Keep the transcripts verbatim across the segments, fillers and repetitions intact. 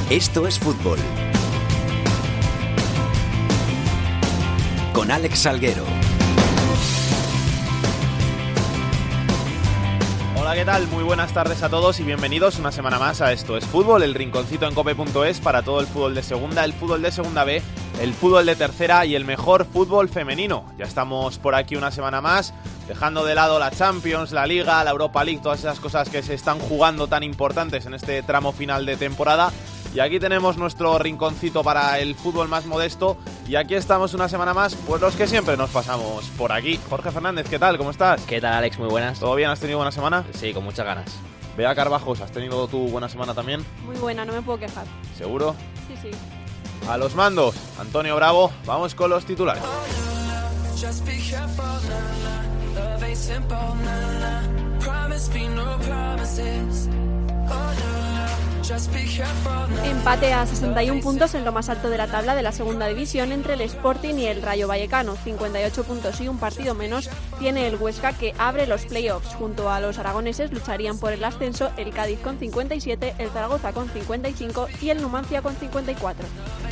Esto es fútbol. Con Alex Salguero. Hola, ¿qué tal? Muy buenas tardes a todos y bienvenidos una semana más a Esto es Fútbol, el rinconcito en cope punto es para todo el fútbol de segunda, el fútbol de segunda B, el fútbol de tercera y el mejor fútbol femenino. Ya estamos por aquí una semana más, dejando de lado la Champions, la Liga, la Europa League, todas esas cosas que se están jugando tan importantes en este tramo final de temporada. Y aquí tenemos nuestro rinconcito para el fútbol más modesto. Y aquí estamos una semana más, pues los que siempre nos pasamos por aquí. Jorge Fernández, ¿qué tal? ¿Cómo estás? ¿Qué tal, Alex? Muy buenas. ¿Todo bien? ¿Has tenido buena semana? Sí, con muchas ganas. Bea Carvajos, ¿has tenido tu buena semana también? Muy buena, no me puedo quejar. ¿Seguro? Sí, sí. A los mandos, Antonio Bravo, vamos con los titulares. Empate a sesenta y un puntos en lo más alto de la tabla de la segunda división entre el Sporting y el Rayo Vallecano. cincuenta y ocho puntos y un partido menos tiene el Huesca, que abre los playoffs. Junto a los aragoneses lucharían por el ascenso el Cádiz con cincuenta y siete, el Zaragoza con cincuenta y cinco y el Numancia con cincuenta y cuatro.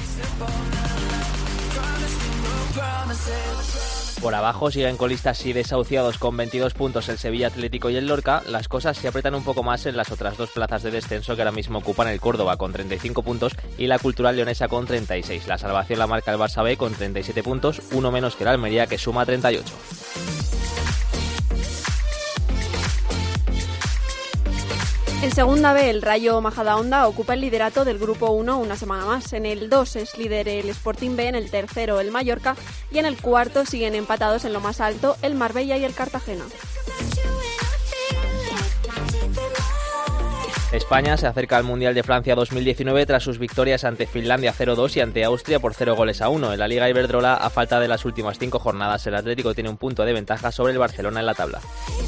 Por abajo siguen colistas y desahuciados con veintidós puntos el Sevilla Atlético y el Lorca. Las cosas se apretan un poco más en las otras dos plazas de descenso que ahora mismo ocupan el Córdoba con treinta y cinco puntos y la Cultural Leonesa con treinta y seis. La salvación la marca el Barça B con treinta y siete puntos, uno menos que el Almería, que suma treinta y ocho. En segunda B, el Rayo Majadahonda ocupa el liderato del grupo uno una semana más. En el dos es líder el Sporting B, en el tercero el Mallorca y en el cuarto siguen empatados en lo más alto el Marbella y el Cartagena. España se acerca al Mundial de Francia dos mil diecinueve tras sus victorias ante Finlandia cero dos y ante Austria por cero goles a uno. En la Liga Iberdrola, a falta de las últimas cinco jornadas, el Atlético tiene un punto de ventaja sobre el Barcelona en la tabla.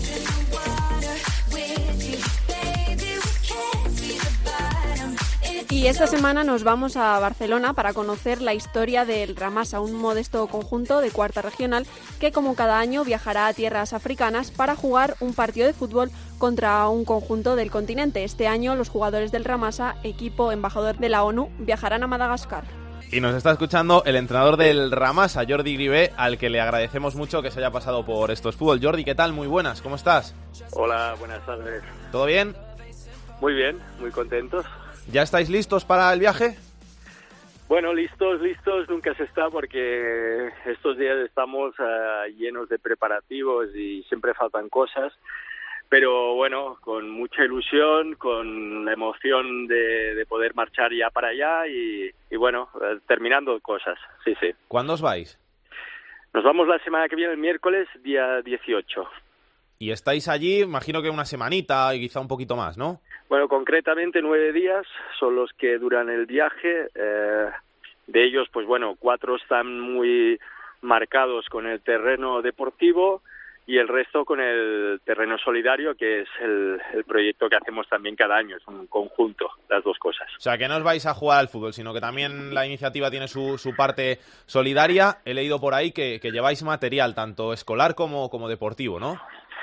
Y esta semana nos vamos a Barcelona para conocer la historia del Ramasa, un modesto conjunto de cuarta regional que, como cada año, viajará a tierras africanas para jugar un partido de fútbol contra un conjunto del continente. Este año los jugadores del Ramasa, equipo embajador de la ONU, viajarán a Madagascar. Y nos está escuchando el entrenador del Ramasa, Jordi Gribé, al que le agradecemos mucho que se haya pasado por Esto es Fútbol. Jordi, ¿qué tal? Muy buenas, ¿cómo estás? Hola, buenas tardes. ¿Todo bien? Muy bien, muy contentos. ¿Ya estáis listos para el viaje? Bueno, listos, listos nunca se está porque estos días estamos uh, llenos de preparativos y siempre faltan cosas, pero bueno, con mucha ilusión, con la emoción de, de poder marchar ya para allá y, y bueno, uh, terminando cosas, sí, sí. ¿Cuándo os vais? Nos vamos la semana que viene, el miércoles, día dieciocho. Y estáis allí, imagino que una semanita y quizá un poquito más, ¿no? Bueno, concretamente nueve días son los que duran el viaje. Eh, de ellos, pues bueno, cuatro están muy marcados con el terreno deportivo y el resto con el terreno solidario, que es el, el proyecto que hacemos también cada año. Es un conjunto, las dos cosas. O sea, que no os vais a jugar al fútbol, sino que también la iniciativa tiene su, su parte solidaria. He leído por ahí que, que lleváis material, tanto escolar como, como deportivo, ¿no?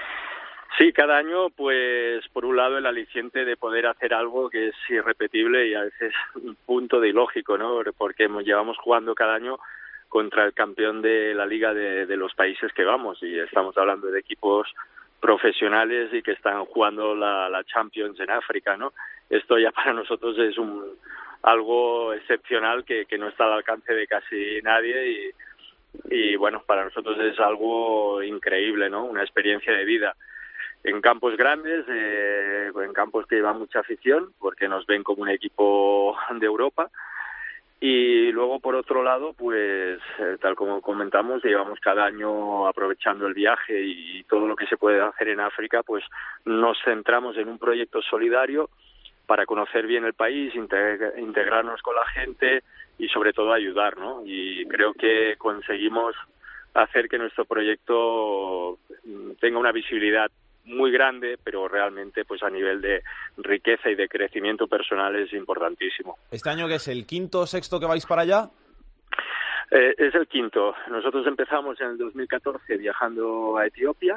Sí, cada año, pues, por un lado, el aliciente de poder hacer algo que es irrepetible y a veces un punto de ilógico, ¿no? Porque llevamos jugando cada año contra el campeón de la liga de, de los países que vamos y estamos hablando de equipos profesionales y que están jugando la, la Champions en África, ¿no? Esto ya para nosotros es un algo excepcional que, que no está al alcance de casi nadie y, y, bueno, para nosotros es algo increíble, ¿no? Una experiencia de vida. En campos grandes, eh, en campos que llevan mucha afición, porque nos ven como un equipo de Europa. Y luego, por otro lado, pues, eh, tal como comentamos, llevamos cada año aprovechando el viaje y todo lo que se puede hacer en África, pues nos centramos en un proyecto solidario para conocer bien el país, integ- integrarnos con la gente y, sobre todo, ayudar, ¿no? Y creo que conseguimos hacer que nuestro proyecto tenga una visibilidad muy grande, pero realmente pues a nivel de riqueza y de crecimiento personal es importantísimo. ¿Este año que es el quinto o sexto que vais para allá? Eh, es el quinto. Nosotros empezamos en el dos mil catorce viajando a Etiopía,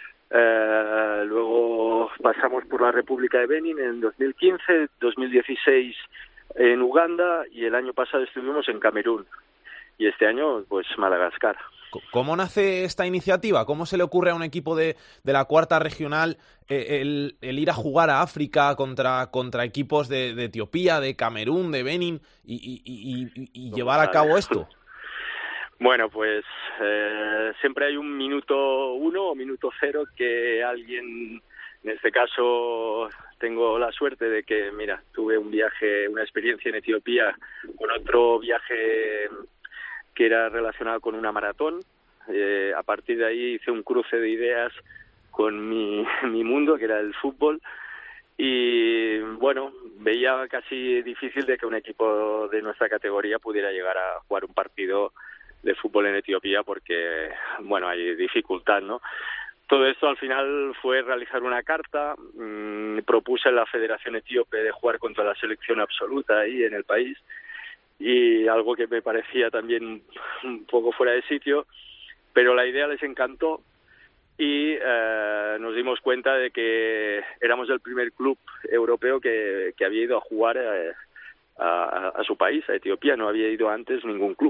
eh, luego pasamos por la República de Benín en dos mil quince, dos mil dieciséis en Uganda y el año pasado estuvimos en Camerún y este año pues Madagascar. ¿Cómo nace esta iniciativa? ¿Cómo se le ocurre a un equipo de, de la cuarta regional eh, el, el ir a jugar a África contra, contra equipos de, de Etiopía, de Camerún, de Benín y, y, y, y, y llevar a cabo esto? Bueno, pues eh, siempre hay un minuto uno o minuto cero que alguien, en este caso tengo la suerte de que, mira, tuve un viaje, una experiencia en Etiopía con otro viaje que era relacionado con una maratón. Eh, a partir de ahí hice un cruce de ideas con mi, mi mundo, que era el fútbol, y bueno, veía casi difícil de que un equipo de nuestra categoría pudiera llegar a jugar un partido de fútbol en Etiopía porque, bueno, hay dificultad, ¿no? Todo esto al final fue realizar una carta, mmm, propuse a la Federación Etíope de jugar contra la selección absoluta ahí en el país, y algo que me parecía también un poco fuera de sitio, pero la idea les encantó y eh, nos dimos cuenta de que éramos el primer club europeo que, que había ido a jugar eh, a, a su país, a Etiopía. No había ido antes ningún club.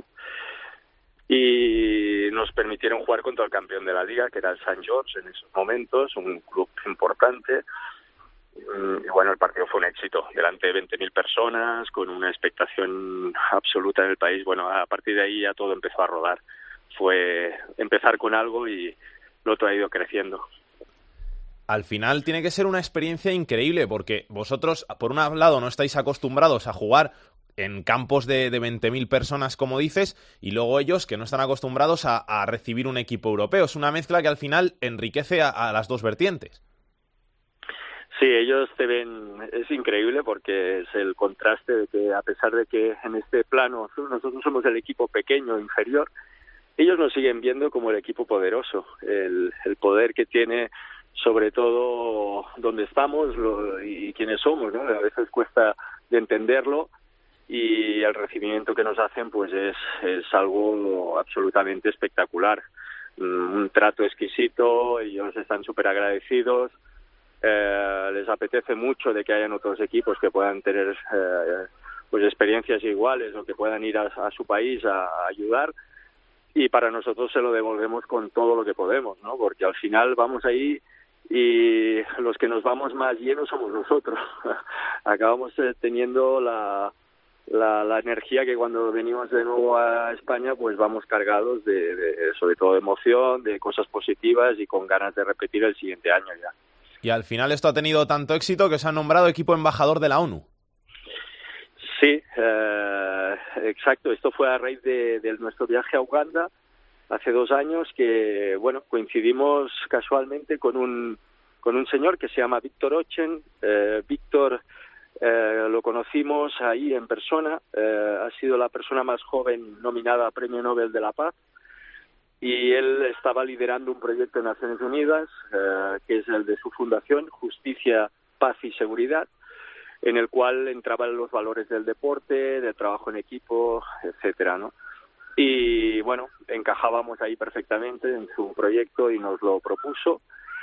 Y nos permitieron jugar contra el campeón de la liga, que era el Saint George en esos momentos, un club importante. Y bueno, el partido fue un éxito, delante de veinte mil personas, con una expectación absoluta en el país. Bueno, a partir de ahí ya todo empezó a rodar. Fue empezar con algo y lo otro ha ido creciendo. Al final tiene que ser una experiencia increíble, porque vosotros, por un lado, no estáis acostumbrados a jugar en campos de, de veinte mil personas, como dices, y luego ellos que no están acostumbrados a, a recibir un equipo europeo. Es una mezcla que al final enriquece a, a las dos vertientes. Sí, ellos te ven, es increíble porque es el contraste de que a pesar de que en este plano nosotros somos el equipo pequeño, inferior, ellos nos siguen viendo como el equipo poderoso, el, el poder que tiene sobre todo donde estamos lo, y quiénes somos, ¿no? A veces cuesta de entenderlo y el recibimiento que nos hacen pues es, es algo absolutamente espectacular, un trato exquisito, ellos están súper agradecidos. Eh, les apetece mucho de que hayan otros equipos que puedan tener eh, pues experiencias iguales o que puedan ir a, a su país a, a ayudar, y para nosotros se lo devolvemos con todo lo que podemos, ¿no? Porque al final vamos ahí y los que nos vamos más llenos somos nosotros. Acabamos eh, teniendo la, la la energía que cuando venimos de nuevo a España pues vamos cargados de, de sobre todo de emoción, de cosas positivas y con ganas de repetir el siguiente año ya. Y al final esto ha tenido tanto éxito que se ha nombrado equipo embajador de la ONU. Sí, eh, exacto. Esto fue a raíz de, de nuestro viaje a Uganda hace dos años que, bueno, coincidimos casualmente con un con un señor que se llama Víctor Ochen. Eh, Víctor eh, lo conocimos ahí en persona. Eh, ha sido la persona más joven nominada a Premio Nobel de la Paz. Y él estaba liderando un proyecto de Naciones Unidas, eh, que es el de su fundación, Justicia, Paz y Seguridad, en el cual entraban los valores del deporte, del trabajo en equipo, etcétera, ¿no? Y bueno, encajábamos ahí perfectamente en su proyecto y nos lo propuso.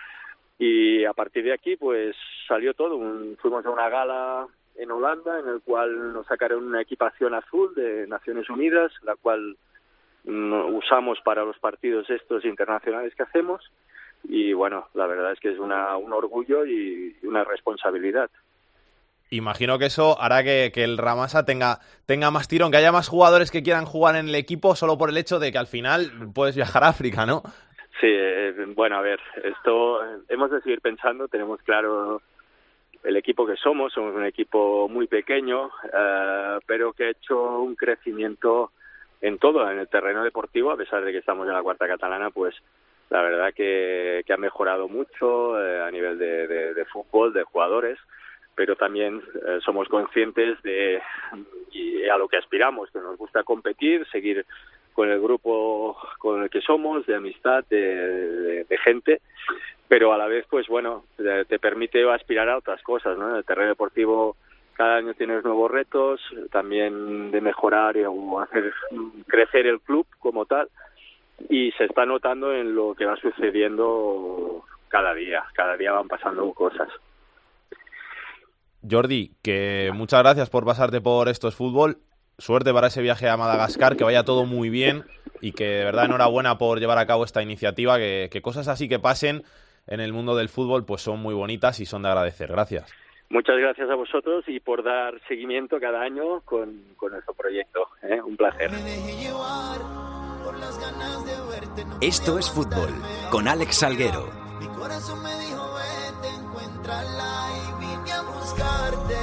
Y a partir de aquí, pues salió todo. Un, fuimos a una gala en Holanda, en el cual nos sacaron una equipación azul de Naciones Unidas, la cual usamos para los partidos estos internacionales que hacemos, y bueno, la verdad es que es una, un orgullo y una responsabilidad. Imagino que eso hará que, que el Ramasa tenga, tenga más tirón, que haya más jugadores que quieran jugar en el equipo solo por el hecho de que al final puedes viajar a África, ¿no? Sí, eh, bueno, a ver, esto hemos de seguir pensando, tenemos claro el equipo que somos, somos un equipo muy pequeño, eh, pero que ha hecho un crecimiento en todo, en el terreno deportivo, a pesar de que estamos en la cuarta catalana, pues la verdad que, que ha mejorado mucho eh, a nivel de, de, de fútbol, de jugadores, pero también eh, somos conscientes de y a lo que aspiramos, que nos gusta competir, seguir con el grupo con el que somos, de amistad, de, de, de gente, pero a la vez, pues bueno, te, te permite aspirar a otras cosas, ¿no? En el terreno deportivo cada año tienes nuevos retos, también de mejorar o hacer crecer el club como tal, y se está notando en lo que va sucediendo cada día, cada día van pasando cosas. Jordi, que muchas gracias por pasarte por Esto es Fútbol. Suerte para ese viaje a Madagascar, que vaya todo muy bien y que de verdad enhorabuena por llevar a cabo esta iniciativa, que, que cosas así que pasen en el mundo del fútbol pues son muy bonitas y son de agradecer. Gracias. Muchas gracias a vosotros y por dar seguimiento cada año con, con nuestro proyecto. ¿eh? Un placer. Esto es Fútbol, con Alex Salguero. Mi corazón me dijo, vete, encuéntrala y vine a buscarte.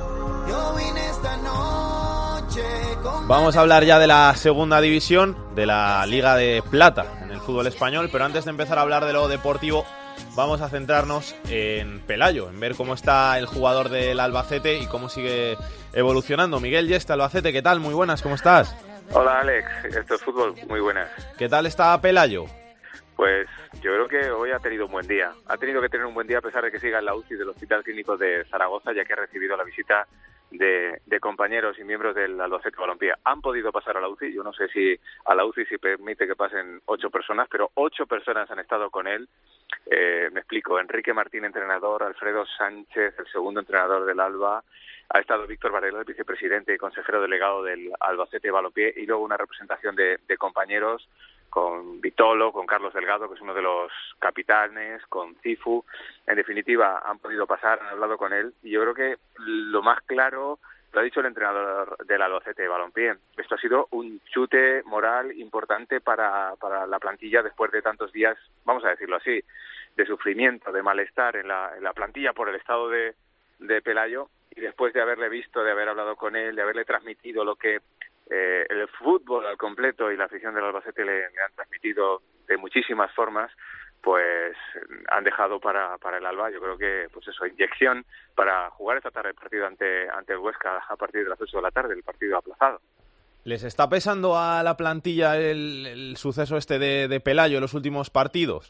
Yo vine esta noche con... Vamos a hablar ya de la segunda división, de la Liga de Plata en el fútbol español, pero antes de empezar a hablar de lo deportivo, vamos a centrarnos en Pelayo, en ver cómo está el jugador del Albacete y cómo sigue evolucionando. Miguel Yeste, Albacete, ¿qué tal? Muy buenas, ¿cómo estás? Hola Alex, esto es Fútbol, muy buenas. ¿Qué tal está Pelayo? Pues yo creo que hoy ha tenido un buen día. Ha tenido que tener un buen día a pesar de que siga en la U C I del Hospital Clínico de Zaragoza, ya que ha recibido la visita de, de compañeros y miembros del Albacete Balompié. Han podido pasar a la U C I, yo no sé si a la U C I si permite que pasen ocho personas, pero ocho personas han estado con él. Eh, me explico, Enrique Martín, entrenador, Alfredo Sánchez, el segundo entrenador del Alba, ha estado Víctor Varela, el vicepresidente y consejero delegado del Albacete Balompié, y luego una representación de, de compañeros con Vitolo, con Carlos Delgado, que es uno de los capitanes, con Cifu. En definitiva, han podido pasar, han hablado con él, y yo creo que lo más claro lo ha dicho el entrenador del Albacete Balompié. Esto ha sido un chute moral importante para, para la plantilla después de tantos días, vamos a decirlo así, de sufrimiento, de malestar en la, en la plantilla por el estado de, de Pelayo, y después de haberle visto, de haber hablado con él, de haberle transmitido lo que eh, el fútbol al completo y la afición del Albacete le, le han transmitido de muchísimas formas, pues han dejado para, para el Alba, yo creo que, pues eso, inyección para jugar esta tarde el partido ante, ante el Huesca a partir de las ocho de la tarde, el partido aplazado. ¿Les está pesando a la plantilla el, el suceso este de, de Pelayo en los últimos partidos?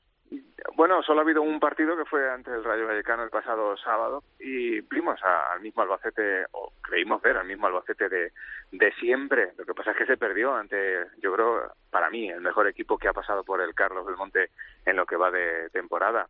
Bueno, solo ha habido un partido que fue ante el Rayo Vallecano el pasado sábado y vimos a, al mismo Albacete, o creímos ver al mismo Albacete de, de siempre. Lo que pasa es que se perdió ante, yo creo, para mí, el mejor equipo que ha pasado por el Carlos Belmonte en lo que va de temporada.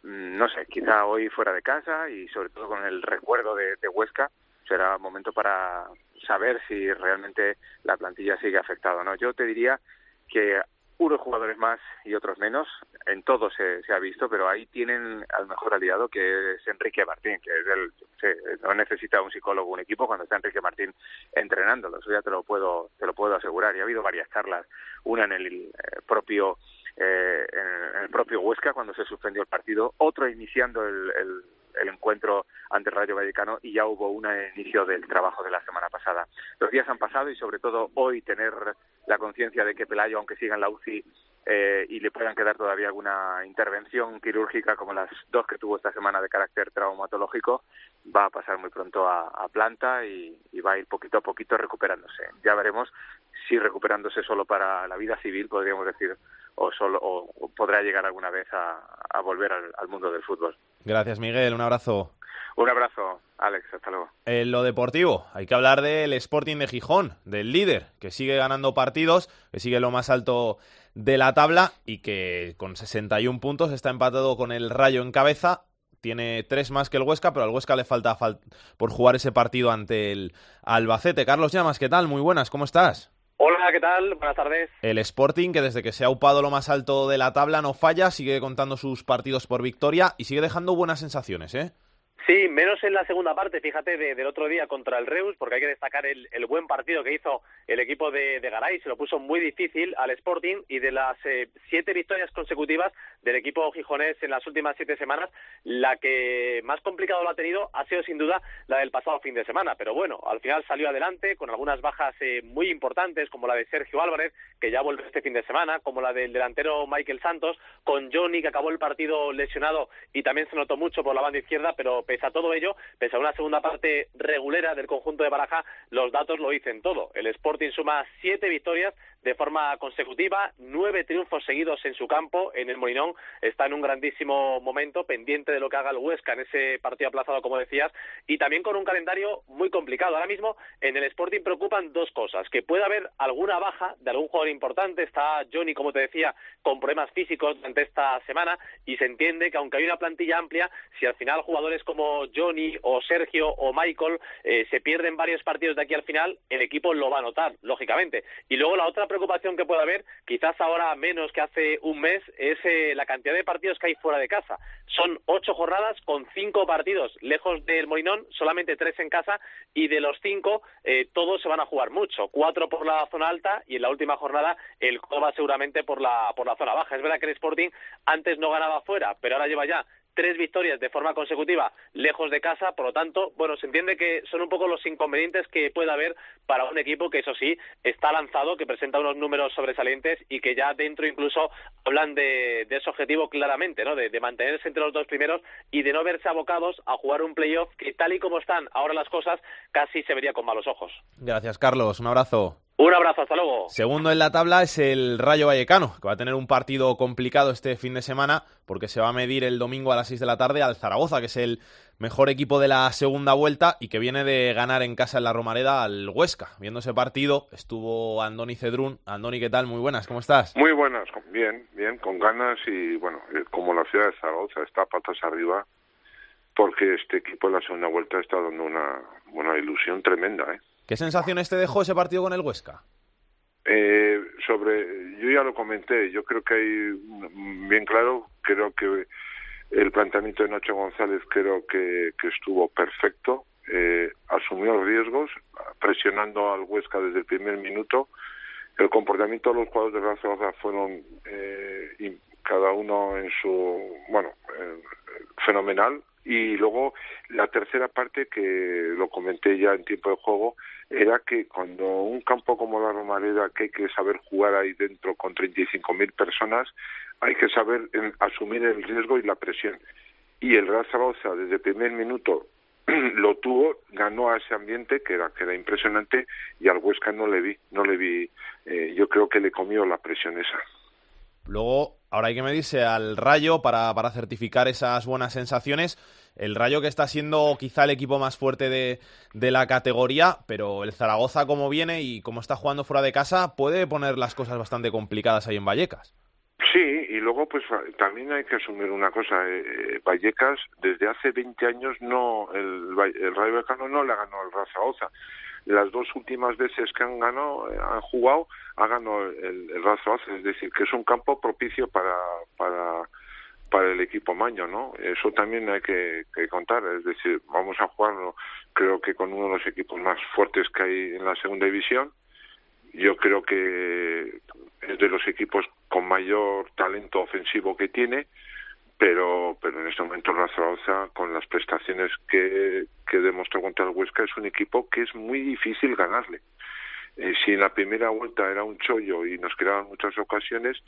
No sé, quizá hoy fuera de casa y sobre todo con el recuerdo de, de Huesca, será momento para saber si realmente la plantilla sigue afectada o no. Yo te diría que unos jugadores más y otros menos, en todo se, se ha visto, pero ahí tienen al mejor aliado, que es Enrique Martín, que es el, se, no necesita un psicólogo, un equipo cuando está Enrique Martín entrenándolo, eso ya te lo puedo te lo puedo asegurar. Y ha habido varias charlas, una en el eh, propio eh, en el propio Huesca cuando se suspendió el partido, otro iniciando el, el el encuentro ante el Rayo Vallecano, y ya hubo un inicio del trabajo de la semana pasada. Los días han pasado y sobre todo hoy tener la conciencia de que Pelayo, aunque siga en la U C I eh, y le puedan quedar todavía alguna intervención quirúrgica como las dos que tuvo esta semana de carácter traumatológico, va a pasar muy pronto a, a planta y, y va a ir poquito a poquito recuperándose. Ya veremos si recuperándose solo para la vida civil, podríamos decir, o solo o, o podrá llegar alguna vez a, a volver al, al mundo del fútbol. Gracias, Miguel. Un abrazo. Un abrazo, Alex. Hasta luego. En lo deportivo, hay que hablar del Sporting de Gijón, del líder, que sigue ganando partidos, que sigue lo más alto de la tabla y que con sesenta y un puntos está empatado con el Rayo en cabeza. Tiene tres más que el Huesca, pero al Huesca le falta fal- por jugar ese partido ante el Albacete. Carlos Llamas, ¿qué tal? Muy buenas, ¿cómo estás? Hola, ¿qué tal? Buenas tardes. El Sporting, que desde que se ha upado lo más alto de la tabla no falla, sigue contando sus partidos por victoria y sigue dejando buenas sensaciones, ¿eh? Sí, menos en la segunda parte, fíjate, de, del otro día contra el Reus, porque hay que destacar el, el buen partido que hizo el equipo de, de Garay, se lo puso muy difícil al Sporting, y de las eh, siete victorias consecutivas del equipo gijonés en las últimas siete semanas, la que más complicado lo ha tenido ha sido sin duda la del pasado fin de semana, pero bueno, al final salió adelante con algunas bajas eh, muy importantes, como la de Sergio Álvarez, que ya vuelve este fin de semana, como la del delantero Michael Santos, con Johnny, que acabó el partido lesionado y también se notó mucho por la banda izquierda, pero pese a todo ello, pese a una segunda parte regulera del conjunto de Baraja, los datos lo dicen todo. El Sporting suma siete victorias de forma consecutiva, nueve triunfos seguidos en su campo, en el Molinón, está en un grandísimo momento, pendiente de lo que haga el Huesca en ese partido aplazado, como decías, y también con un calendario muy complicado. Ahora mismo en el Sporting preocupan dos cosas, que puede haber alguna baja de algún jugador importante, está Johnny, como te decía, con problemas físicos durante esta semana, y se entiende que aunque hay una plantilla amplia, si al final jugadores como Johnny o Sergio o Michael eh, se pierden varios partidos de aquí al final, el equipo lo va a notar, lógicamente. Y luego la otra preocupación que puede haber, quizás ahora menos que hace un mes, es eh, la cantidad de partidos que hay fuera de casa. Son ocho jornadas con cinco partidos lejos del Molinón, solamente tres en casa, y de los cinco eh, todos se van a jugar mucho, cuatro por la zona alta y en la última jornada el Córdoba seguramente por la por la zona baja. Es verdad que el Sporting antes no ganaba fuera, pero ahora lleva ya tres victorias de forma consecutiva lejos de casa, por lo tanto, bueno, se entiende que son un poco los inconvenientes que puede haber para un equipo que, eso sí, está lanzado, que presenta unos números sobresalientes y que ya dentro incluso hablan de, de ese objetivo claramente, ¿no? De, de mantenerse entre los dos primeros y de no verse abocados a jugar un playoff que, tal y como están ahora las cosas, casi se vería con malos ojos. Gracias, Carlos. Un abrazo. Un abrazo, hasta luego. Segundo en la tabla es el Rayo Vallecano, que va a tener un partido complicado este fin de semana porque se va a medir el domingo a las seis de la tarde al Zaragoza, que es el mejor equipo de la segunda vuelta y que viene de ganar en casa en la Romareda al Huesca. Viendo ese partido estuvo Andoni Cedrún. Andoni, ¿qué tal? Muy buenas, ¿cómo estás? Muy buenas, bien, bien, con ganas y bueno, como la ciudad de Zaragoza está patas arriba porque este equipo en la segunda vuelta está dando una, una ilusión tremenda, ¿eh? ¿Qué sensaciones te dejó ese partido con el Huesca? Eh, sobre, yo ya lo comenté, yo creo que hay bien claro, creo que el planteamiento de Nacho González creo que, que estuvo perfecto, eh, asumió riesgos, presionando al Huesca desde el primer minuto. El comportamiento de los jugadores de Real Zaragoza fueron eh, y cada uno en su, bueno, eh, fenomenal. Y luego la tercera parte, que lo comenté ya en tiempo de juego, era que cuando un campo como la Romareda, que hay que saber jugar ahí dentro con treinta y cinco mil personas, hay que saber en, asumir el riesgo y la presión. Y el Real Zaragoza desde el primer minuto lo tuvo, ganó a ese ambiente que era que era impresionante, y al Huesca no le vi, no le vi, eh, yo creo que le comió la presión esa. Luego, ahora hay que medirse al Rayo para, para certificar esas buenas sensaciones. El Rayo, que está siendo quizá el equipo más fuerte de, de la categoría, pero el Zaragoza, como viene y como está jugando fuera de casa, puede poner las cosas bastante complicadas ahí en Vallecas. Sí, y luego pues también hay que asumir una cosa, eh, Vallecas desde hace veinte años no, el, el Rayo Vallecano no le ganó al Real Zaragoza. Las dos últimas veces que han ganado, eh, han jugado, ha ganado el, el Real Zaragoza, es decir, que es un campo propicio para para para el equipo maño, ¿no? Eso también hay que, que contar, es decir, vamos a jugarlo, creo que con uno de los equipos más fuertes que hay en la segunda división. Yo creo que es de los equipos con mayor talento ofensivo que tiene, pero pero en este momento el Real Zaragoza, con las prestaciones que, que demostró contra el Huesca, es un equipo que es muy difícil ganarle. Eh, si en la primera vuelta era un chollo y nos creaban muchas ocasiones,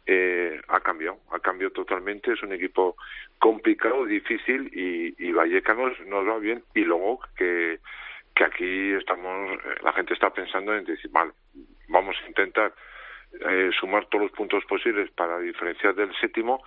eh, ha cambiado, ha cambiado totalmente. Es un equipo complicado, difícil, y, y Vallecas nos, nos va bien. Y luego que, que aquí estamos, la gente está pensando en decir, vale, vamos a intentar eh, sumar todos los puntos posibles para diferenciar del séptimo,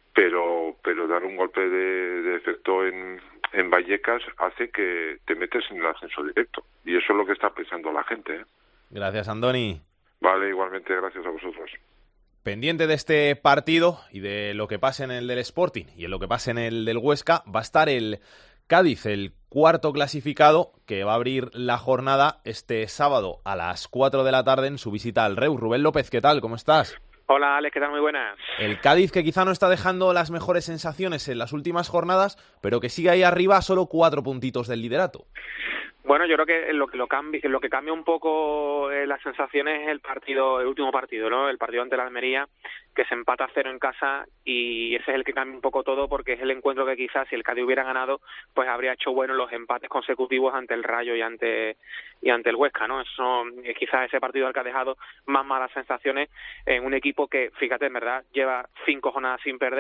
pero pero dar un golpe de, de efecto en, en Vallecas hace que te metes en el ascenso directo, y eso es lo que está pensando la gente, ¿eh? Gracias, Andoni. Vale, igualmente, gracias a vosotros. Pendiente de este partido y de lo que pase en el del Sporting y en lo que pase en el del Huesca, va a estar el Cádiz, el cuarto clasificado, que va a abrir la jornada este sábado a las cuatro de la tarde en su visita al Reus. Rubén López, ¿qué tal? ¿Cómo estás? Hola, Alex, ¿qué tal? Muy buenas. El Cádiz, que quizá no está dejando las mejores sensaciones en las últimas jornadas, pero que sigue ahí arriba a solo cuatro puntitos del liderato. Bueno, yo creo que lo que lo cambia, lo que cambia un poco eh, las sensaciones es el partido, el último partido, ¿no? El partido ante la Almería, que se empata a cero en casa, y ese es el que cambia un poco todo, porque es el encuentro que quizás si el Cádiz hubiera ganado, pues habría hecho bueno los empates consecutivos ante el Rayo y ante y ante el Huesca, ¿no? Eso eh, quizás ese partido el que ha dejado más malas sensaciones en un equipo que, fíjate, en verdad lleva cinco jornadas sin perder,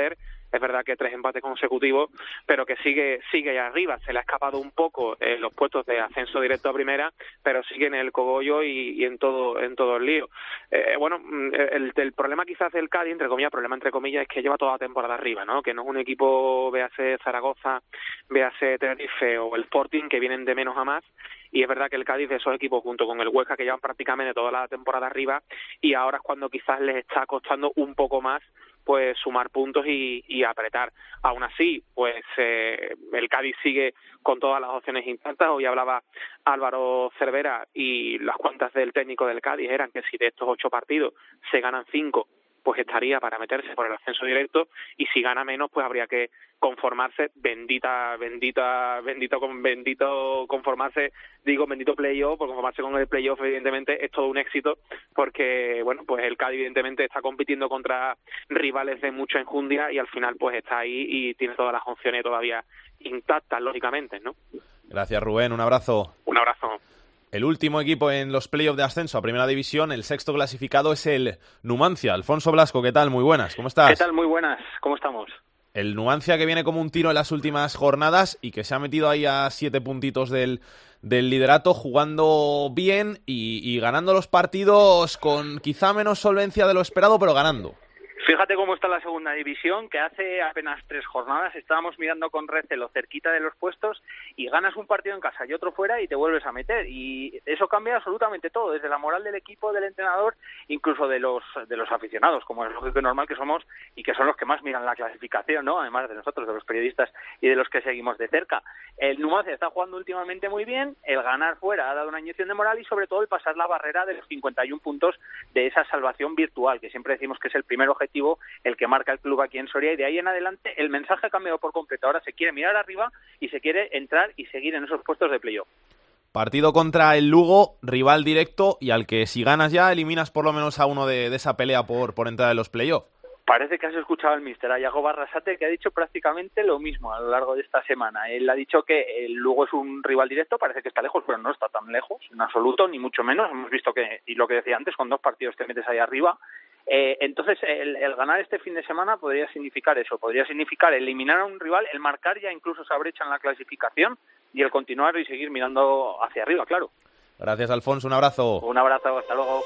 es verdad que tres empates consecutivos, pero que sigue sigue ahí arriba. Se le ha escapado un poco en los puestos de ascenso directo a primera, pero sigue en el cogollo y, y en todo en todo el lío. Eh, bueno, el, el problema quizás del Cádiz, entre comillas, problema entre comillas, es que lleva toda la temporada arriba, ¿no? Que no es un equipo, véase Zaragoza, véase Tenerife o el Sporting, que vienen de menos a más. Y es verdad que el Cádiz, de esos equipos, junto con el Huesca, que llevan prácticamente toda la temporada arriba, y ahora es cuando quizás les está costando un poco más pues sumar puntos y, y apretar. Aún así, pues eh, el Cádiz sigue con todas las opciones intactas. Hoy hablaba Álvaro Cervera y las cuentas del técnico del Cádiz eran que si de estos ocho partidos se ganan cinco, pues estaría para meterse por el ascenso directo, y si gana menos, pues habría que conformarse, bendita, bendita, bendito, bendito conformarse, digo bendito playoff, por conformarse con el playoff evidentemente es todo un éxito, porque bueno, pues el Cádiz evidentemente está compitiendo contra rivales de mucha enjundia y al final pues está ahí y tiene todas las opciones todavía intactas, lógicamente, ¿no? Gracias, Rubén, un abrazo. Un abrazo. El último equipo en los playoffs de ascenso a Primera División, el sexto clasificado, es el Numancia. Alfonso Blasco, ¿qué tal? Muy buenas, ¿cómo estás? ¿Qué tal? Muy buenas, ¿cómo estamos? El Numancia, que viene como un tiro en las últimas jornadas y que se ha metido ahí a siete puntitos del, del liderato, jugando bien y, y ganando los partidos con quizá menos solvencia de lo esperado, pero ganando. Fíjate cómo está la segunda división, que hace apenas tres jornadas estábamos mirando con recelo cerquita de los puestos y ganas un partido en casa y otro fuera y te vuelves a meter. Y eso cambia absolutamente todo, desde la moral del equipo, del entrenador, incluso de los de los aficionados, como es lógico y normal que somos y que son los que más miran la clasificación, ¿no? Además de nosotros, de los periodistas y de los que seguimos de cerca. El Numancia está jugando últimamente muy bien, el ganar fuera ha dado una inyección de moral y sobre todo el pasar la barrera de los cincuenta y uno puntos de esa salvación virtual, que siempre decimos que es el primer objetivo, el que marca el club aquí en Soria, y de ahí en adelante el mensaje ha cambiado por completo. Ahora se quiere mirar arriba y se quiere entrar y seguir en esos puestos de playoff. Partido contra el Lugo, rival directo y al que si ganas ya eliminas por lo menos a uno de, de esa pelea por, por entrar en los playoffs. Parece que has escuchado al míster, a Iago Barrasate, que ha dicho prácticamente lo mismo a lo largo de esta semana. Él ha dicho que el Lugo es un rival directo, parece que está lejos, pero no está tan lejos, en absoluto, ni mucho menos. Hemos visto que, y lo que decía antes, con dos partidos te metes ahí arriba. Eh, entonces, el, el ganar este fin de semana podría significar eso, podría significar eliminar a un rival, el marcar ya incluso esa brecha en la clasificación y el continuar y seguir mirando hacia arriba, claro. Gracias, Alfonso, un abrazo. Un abrazo, hasta luego.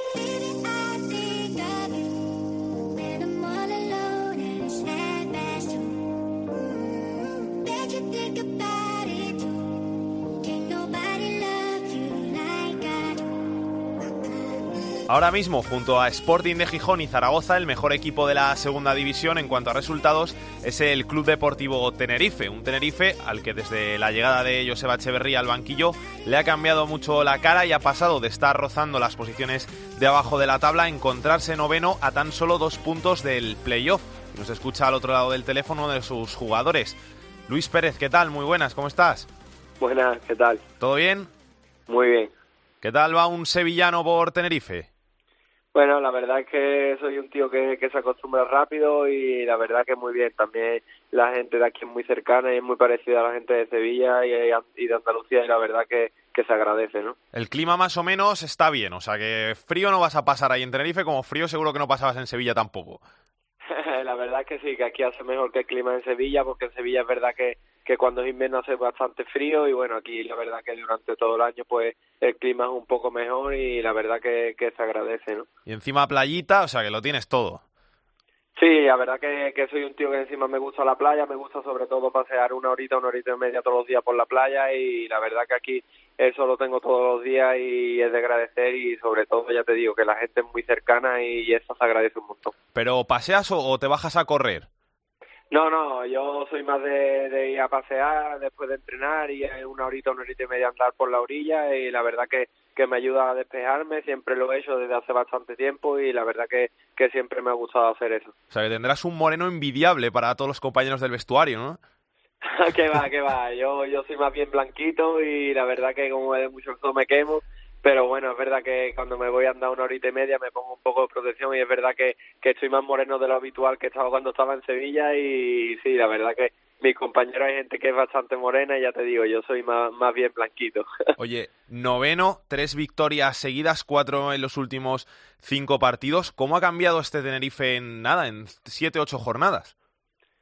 Ahora mismo, junto a Sporting de Gijón y Zaragoza, el mejor equipo de la segunda división en cuanto a resultados es el Club Deportivo Tenerife. Un Tenerife al que desde la llegada de Joseba Echeverría al banquillo le ha cambiado mucho la cara y ha pasado de estar rozando las posiciones de abajo de la tabla a encontrarse noveno a tan solo dos puntos del playoff. Nos escucha al otro lado del teléfono de sus jugadores. Luis Pérez, ¿qué tal? Muy buenas, ¿cómo estás? Buenas, ¿qué tal? ¿Todo bien? Muy bien. ¿Qué tal va un sevillano por Tenerife? Bueno, la verdad es que soy un tío que, que se acostumbra rápido y la verdad que muy bien. También la gente de aquí es muy cercana y es muy parecida a la gente de Sevilla y, y de Andalucía y la verdad que, que se agradece, ¿no? El clima más o menos está bien, o sea que frío no vas a pasar ahí en Tenerife, como frío seguro que no pasabas en Sevilla tampoco. La verdad es que sí, que aquí hace mejor que el clima en Sevilla, porque en Sevilla es verdad que, que cuando es invierno hace bastante frío y bueno, aquí la verdad que durante todo el año pues el clima es un poco mejor y la verdad que, que se agradece, ¿no? Y encima playita, o sea que lo tienes todo. Sí, la verdad que, que soy un tío que encima me gusta la playa, me gusta sobre todo pasear una horita, una horita y media todos los días por la playa y la verdad que aquí eso lo tengo todos los días y es de agradecer y sobre todo ya te digo que la gente es muy cercana y eso se agradece un montón. ¿Pero paseas o, o te bajas a correr? No, no, yo soy más de, de ir a pasear después de entrenar y una horita, una horita y media andar por la orilla y la verdad que, que me ayuda a despejarme, siempre lo he hecho desde hace bastante tiempo y la verdad que, que siempre me ha gustado hacer eso. O sea que tendrás un moreno envidiable para todos los compañeros del vestuario, ¿no? Que va, que va, yo, yo soy más bien blanquito y la verdad que como de mucho sol me quemo. Pero bueno, es verdad que cuando me voy a andar una horita y media me pongo un poco de protección y es verdad que, que estoy más moreno de lo habitual que estaba cuando estaba en Sevilla y sí, la verdad que mis compañeros hay gente que es bastante morena y ya te digo, yo soy más, más bien blanquito. Oye, noveno, tres victorias seguidas, cuatro en los últimos cinco partidos. ¿Cómo ha cambiado este Tenerife en nada, en siete, ocho jornadas?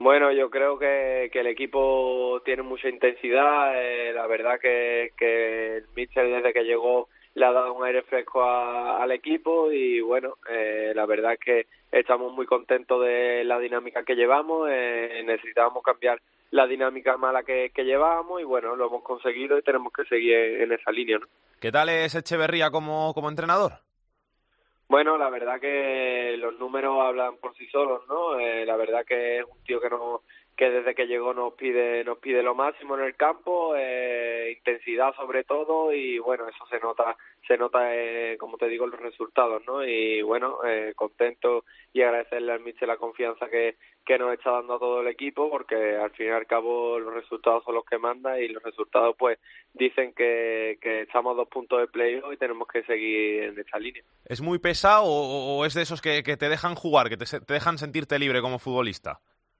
Bueno, yo creo que, que el equipo tiene mucha intensidad. Eh, la verdad que, que el míster desde que llegó le ha dado un aire fresco a, al equipo y bueno, eh, la verdad es que estamos muy contentos de la dinámica que llevamos. Eh, necesitábamos cambiar la dinámica mala que, que llevábamos y bueno, lo hemos conseguido y tenemos que seguir en, en esa línea, ¿no? ¿Qué tal es Echeverría como, como entrenador? Bueno, la verdad que los números hablan por sí solos, ¿no? Eh, la verdad que es un tío que no, que desde que llegó nos pide, nos pide lo máximo en el campo, eh, intensidad sobre todo y bueno, eso se nota, se nota, eh, como te digo, en los resultados, ¿no? Y bueno, eh, contento y agradecerle al míster la confianza que, que nos está dando a todo el equipo, porque al fin y al cabo los resultados son los que mandan y los resultados pues dicen que, que estamos a dos puntos de playoff y tenemos que seguir en esta línea. ¿Es muy pesado o, o es de esos que, que te dejan jugar, que te, te dejan sentirte libre como futbolista?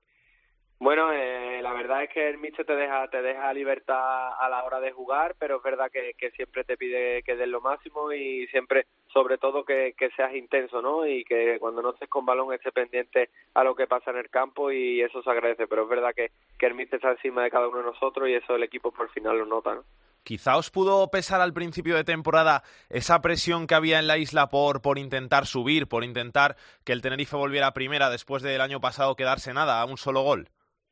Bueno, eh, la verdad es que el míster te deja te deja libertad a la hora de jugar, pero es verdad que, que siempre te pide que des lo máximo y siempre, sobre todo, que, que seas intenso, ¿no? Y que cuando no estés con balón estés pendiente a lo que pasa en el campo y eso se agradece, pero es verdad que, que el míster está encima de cada uno de nosotros y eso el equipo por final lo nota, ¿no? Quizá os pudo pesar al principio de temporada esa presión que había en la isla por, por intentar subir, por intentar que el Tenerife volviera a primera después del año pasado quedarse nada, a un solo gol.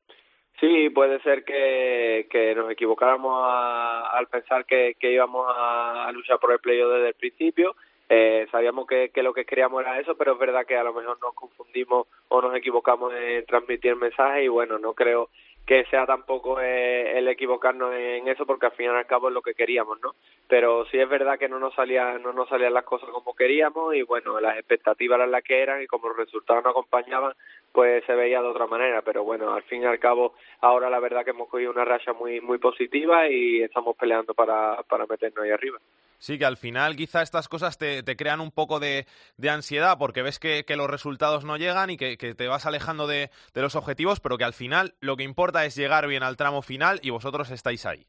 Sí, puede ser que, que nos equivocáramos a, al pensar que, que íbamos a, a luchar por el playoff desde el principio. Eh, sabíamos que, que lo que queríamos era eso, pero es verdad que a lo mejor nos confundimos o nos equivocamos en transmitir el mensaje y bueno, no creo que sea tampoco eh, el equivocarnos en eso porque al fin y al cabo es lo que queríamos, ¿no? Pero sí es verdad que no nos salían, no nos salían las cosas como queríamos y bueno, las expectativas eran las que eran y como los resultados no acompañaban, pues se veía de otra manera, pero bueno, al fin y al cabo ahora la verdad que hemos cogido una racha muy muy positiva y estamos peleando para, para meternos ahí arriba. Sí, que al final quizá estas cosas te, te crean un poco de, de ansiedad porque ves que, que los resultados no llegan y que, que te vas alejando de, de los objetivos, pero que al final lo que importa es llegar bien al tramo final y vosotros estáis ahí.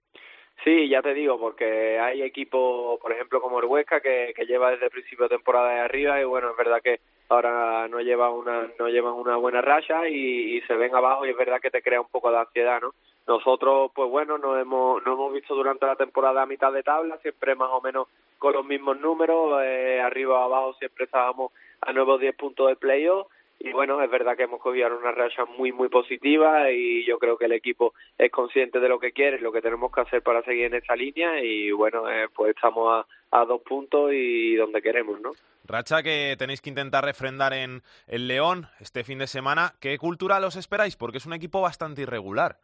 Sí, ya te digo, porque hay equipos, por ejemplo, como el Huesca, que, que lleva desde el principio de temporada de arriba y bueno, es verdad que ahora no lleva una no llevan una buena racha y, y se ven abajo y es verdad que te crea un poco de ansiedad, ¿no? Nosotros, pues bueno, nos hemos, nos hemos visto durante la temporada a mitad de tabla, siempre más o menos con los mismos números, eh, arriba o abajo siempre estábamos a nueve o diez puntos de playoff y bueno, es verdad que hemos cogido una racha muy muy positiva y yo creo que el equipo es consciente de lo que quiere, lo que tenemos que hacer para seguir en esta línea y bueno, eh, pues estamos a, a dos puntos y donde queremos, ¿no? Racha que tenéis que intentar refrendar en el León este fin de semana. ¿Qué cultural os esperáis? Porque es un equipo bastante irregular.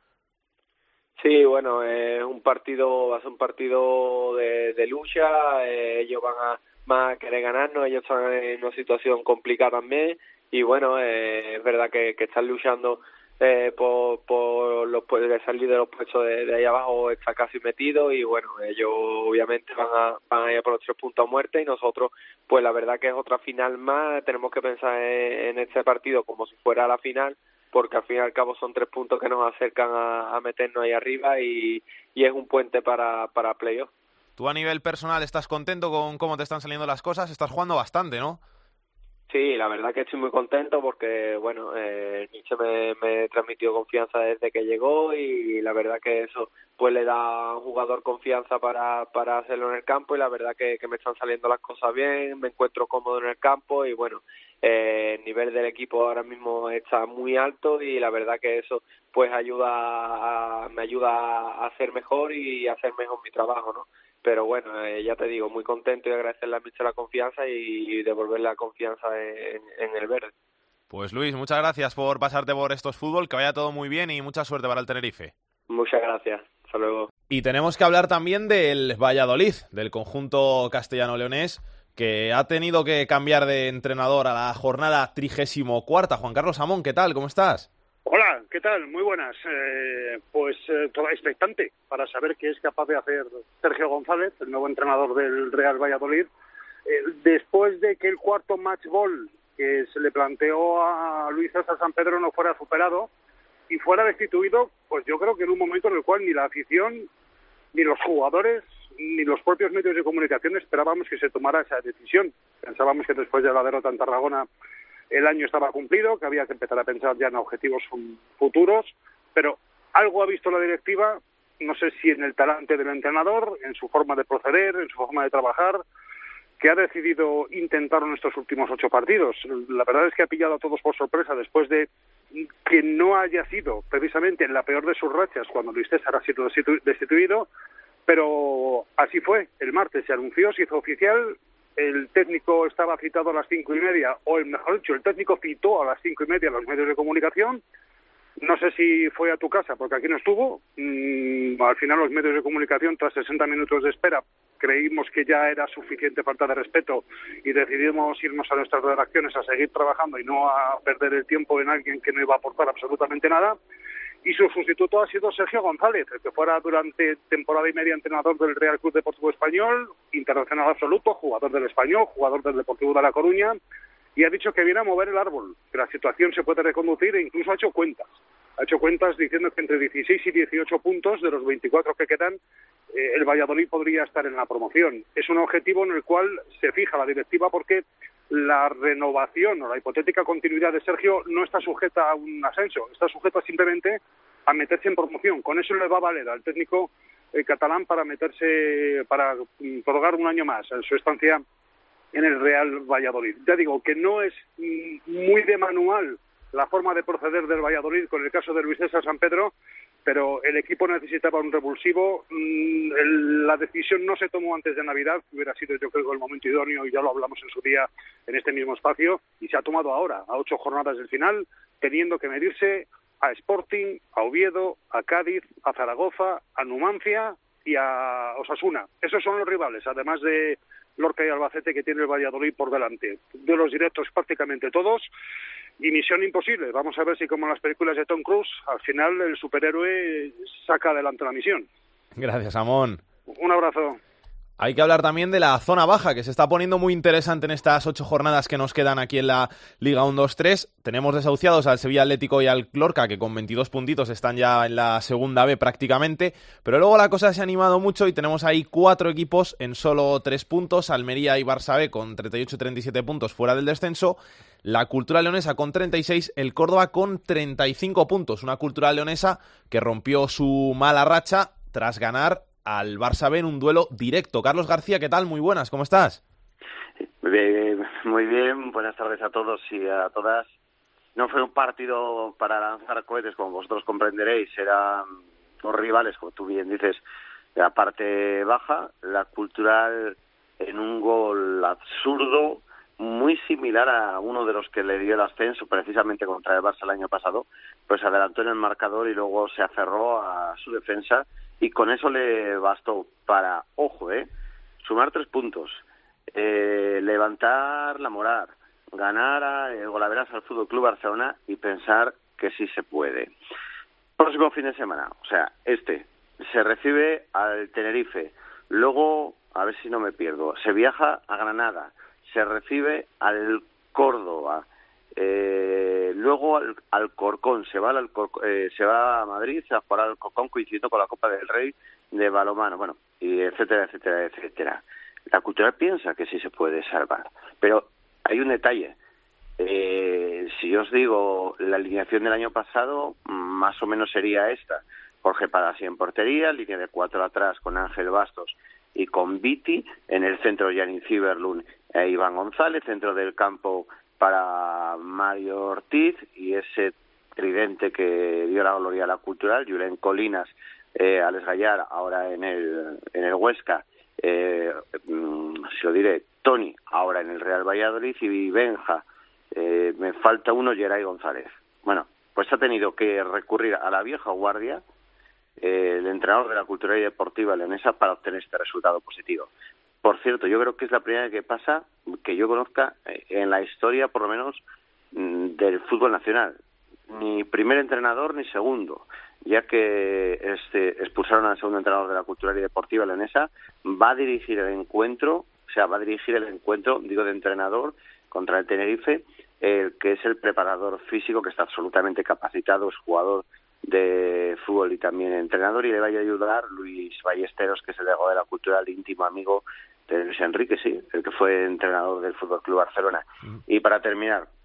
Sí, bueno, es un partido, va a ser un partido de, de lucha, eh, ellos van a más a querer ganarnos, ellos están en una situación complicada también y bueno, eh, es verdad que, que están luchando eh, por, por los de salir de los puestos de, de ahí abajo, está casi metido y bueno, ellos obviamente van a, van a ir por los tres puntos a muerte y nosotros pues la verdad que es otra final más, tenemos que pensar en, en este partido como si fuera la final porque al fin y al cabo son tres puntos que nos acercan a, a meternos ahí arriba y, y es un puente para, para playoff. ¿Tú a nivel personal estás contento con cómo te están saliendo las cosas? Estás jugando bastante, ¿no? Sí, la verdad que estoy muy contento porque, bueno, eh, Nietzsche me, me transmitió confianza desde que llegó y la verdad que eso pues le da a un jugador confianza para, para hacerlo en el campo y la verdad que, que me están saliendo las cosas bien, me encuentro cómodo en el campo y bueno, eh, el nivel del equipo ahora mismo está muy alto y la verdad que eso pues ayuda a, me ayuda a hacer mejor y a hacer mejor mi trabajo, ¿no? Pero bueno, eh, ya te digo, muy contento y agradecerle a Mister la confianza y, y devolver la confianza en, en el verde. Pues Luis, muchas gracias por pasarte por Estos Fútbol, que vaya todo muy bien y mucha suerte para el Tenerife. Muchas gracias, hasta luego. Y tenemos que hablar también del Valladolid, del conjunto castellano-leonés, que ha tenido que cambiar de entrenador a la jornada trigésimo cuarta. Juan Carlos Amón, ¿qué tal? ¿Cómo estás? Hola, ¿qué tal? Muy buenas. Eh, pues eh, toda expectante para saber qué es capaz de hacer Sergio González, el nuevo entrenador del Real Valladolid, eh, después de que el cuarto match ball que se le planteó a Luis César San Pedro no fuera superado y fuera destituido, pues yo creo que en un momento en el cual ni la afición, ni los jugadores, ni los propios medios de comunicación esperábamos que se tomara esa decisión. Pensábamos que después de la derrota en Tarragona el año estaba cumplido, que había que empezar a pensar ya en objetivos futuros, pero algo ha visto la directiva, no sé si en el talante del entrenador, en su forma de proceder, en su forma de trabajar, que ha decidido intentarlo en estos últimos ocho partidos. La verdad es que ha pillado a todos por sorpresa después de que no haya sido precisamente en la peor de sus rachas cuando Luis César ha sido destituido, pero así fue. El martes se anunció, se hizo oficial, el técnico estaba citado a las cinco y media, o el mejor dicho, el técnico citó a las cinco y media a los medios de comunicación. No sé si fue a tu casa, porque aquí no estuvo. Mm, al final los medios de comunicación, tras sesenta minutos de espera, creímos que ya era suficiente falta de respeto y decidimos irnos a nuestras redacciones a seguir trabajando y no a perder el tiempo en alguien que no iba a aportar absolutamente nada. Y su sustituto ha sido Sergio González, el que fuera durante temporada y media entrenador del Real Club Deportivo Español, internacional absoluto, jugador del Español, jugador del Deportivo de La Coruña, y ha dicho que viene a mover el árbol, que la situación se puede reconducir e incluso ha hecho cuentas. Ha hecho cuentas diciendo que entre dieciséis y dieciocho puntos de los veinticuatro que quedan, eh, el Valladolid podría estar en la promoción. Es un objetivo en el cual se fija la directiva porque la renovación o la hipotética continuidad de Sergio no está sujeta a un ascenso, está sujeta simplemente a meterse en promoción. Con eso le va a valer al técnico eh, catalán para meterse, para mm, prorrogar un año más en su estancia en el Real Valladolid. Ya digo que no es mm, muy de manual la forma de proceder del Valladolid con el caso de Luis César San Pedro, pero el equipo necesitaba un revulsivo. Mm, el, la decisión no se tomó antes de Navidad, hubiera sido yo creo el momento idóneo y ya lo hablamos en su día en este mismo espacio, y se ha tomado ahora, a ocho jornadas del final, teniendo que medirse a Sporting, a Oviedo, a Cádiz, a Zaragoza, a Numancia y a Osasuna. Esos son los rivales, además de Lorca y Albacete que tiene el Valladolid por delante. De los directos prácticamente todos, y misión imposible. Vamos a ver si, como en las películas de Tom Cruise, al final el superhéroe saca adelante la misión. Gracias, Amón. Un abrazo. Hay que hablar también de la zona baja, que se está poniendo muy interesante en estas ocho jornadas que nos quedan aquí en la Liga uno dos tres. Tenemos desahuciados al Sevilla Atlético y al Lorca, que con veintidós puntitos están ya en la segunda B prácticamente, pero luego la cosa se ha animado mucho y tenemos ahí cuatro equipos en solo tres puntos, Almería y Barça B con treinta y ocho y treinta y siete puntos fuera del descenso, la Cultural Leonesa con treinta y seis, el Córdoba con treinta y cinco puntos, una Cultural Leonesa que rompió su mala racha tras ganar al Barça B en un duelo directo. Carlos García, ¿qué tal? Muy buenas, ¿cómo estás? Muy bien, muy bien, buenas tardes a todos y a todas. No fue un partido para lanzar cohetes, como vosotros comprenderéis, eran dos rivales, como tú bien dices, de la parte baja, la Cultural en un gol absurdo, muy similar a uno de los que le dio el ascenso precisamente contra el Barça el año pasado, pues adelantó en el marcador y luego se aferró a su defensa y con eso le bastó para, ojo, eh, sumar tres puntos, eh, levantar la moral, ganar a eh, Golaveras al Fútbol Club Barcelona y pensar que sí se puede. Próximo fin de semana, o sea, este, se recibe al Tenerife, luego, a ver si no me pierdo, se viaja a Granada, se recibe al Córdoba, eh, luego al Alcorcón, se va al Alcorcón, eh, se va a Madrid, se va a jugar al Alcorcón coincidiendo con la Copa del Rey de balonmano, bueno, y etcétera, etcétera, etcétera. La Cultural piensa que sí se puede salvar, pero hay un detalle. Eh, si yo os digo la alineación del año pasado, más o menos sería esta: Jorge Padasí en portería, línea de cuatro atrás con Ángel Bastos y con Viti, en el centro Gianni Ciberlund e Iván González, centro del campo para Mario Ortiz y ese tridente que dio la gloria a la Cultural, Julen Colinas, eh, Alex Gallar, ahora en el en el Huesca, eh, se lo diré, Tony, ahora en el Real Valladolid, y Benja, eh, me falta uno, Geray González. Bueno, pues ha tenido que recurrir a la vieja guardia, eh, el entrenador de la Cultural y Deportiva Leonesa, para obtener este resultado positivo. Por cierto, yo creo que es la primera vez que pasa, que yo conozca, en la historia, por lo menos, del fútbol nacional. Ni primer entrenador ni segundo, ya que este, expulsaron al segundo entrenador de la Cultural y Deportiva Leonesa, va a dirigir el encuentro, o sea, va a dirigir el encuentro, digo, de entrenador contra el Tenerife, el que es el preparador físico, que está absolutamente capacitado, es jugador de fútbol y también entrenador, y le va a ayudar Luis Ballesteros, que es el delegado de la Cultural, íntimo amigo de Luis Enrique, sí, el que fue entrenador del Fútbol Club Barcelona. Mm. Y para terminar,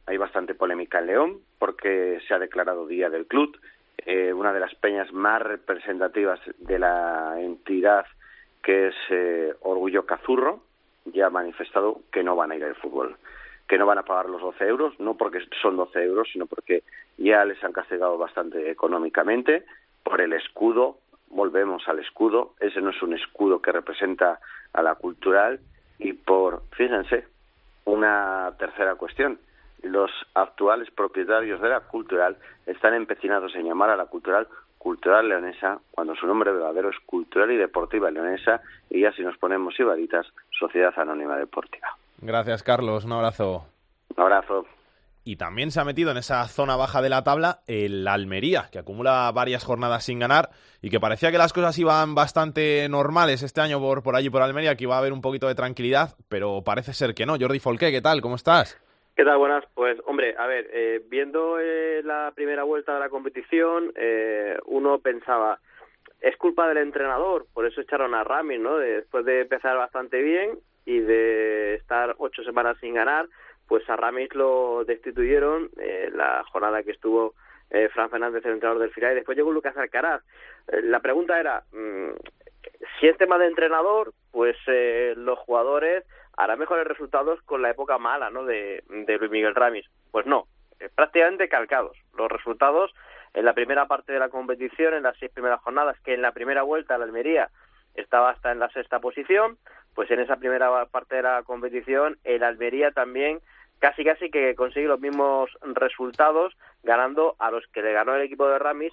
hay bastante polémica en León porque se ha declarado Día del Club. Eh, una de las peñas más representativas de la entidad, que es eh, Orgullo Cazurro, ya ha manifestado que no van a ir al fútbol, que no van a pagar los doce euros, no porque son doce euros, sino porque ya les han castigado bastante económicamente por el escudo. Volvemos al escudo, ese no es un escudo que representa a la cultural. Y por, fíjense, una tercera cuestión, los actuales propietarios de la cultural están empecinados en llamar a la cultural Cultural Leonesa, cuando su nombre verdadero es Cultural y Deportiva Leonesa, y ya si nos ponemos ibaritas, Sociedad Anónima Deportiva. Gracias, Carlos, un abrazo. Un abrazo. Y también se ha metido en esa zona baja de la tabla el Almería, que acumula varias jornadas sin ganar y que parecía que las cosas iban bastante normales este año por, por allí, por Almería, que iba a haber un poquito de tranquilidad, pero parece ser que no. Jordi Folqué, ¿qué tal? ¿Cómo estás? ¿Qué tal? Buenas. Pues, hombre, a ver, eh, viendo eh, la primera vuelta de la competición, eh, uno pensaba, es culpa del entrenador, por eso echaron a Ramis, ¿no? Después de empezar bastante bien y de estar ocho semanas sin ganar, pues a Ramis lo destituyeron eh, la jornada que estuvo eh, Fran Fernández, el entrenador del filial, y después llegó Lucas Alcaraz. Eh, la pregunta era, mmm, si es tema de entrenador, pues eh, los jugadores harán mejores resultados con la época mala, ¿no?, de, de Luis Miguel Ramis. Pues no, eh, prácticamente calcados. Los resultados en la primera parte de la competición, en las seis primeras jornadas, que en la primera vuelta la Almería estaba hasta en la sexta posición, pues en esa primera parte de la competición el Almería también casi casi que consigue los mismos resultados, ganando a los que le ganó el equipo de Ramis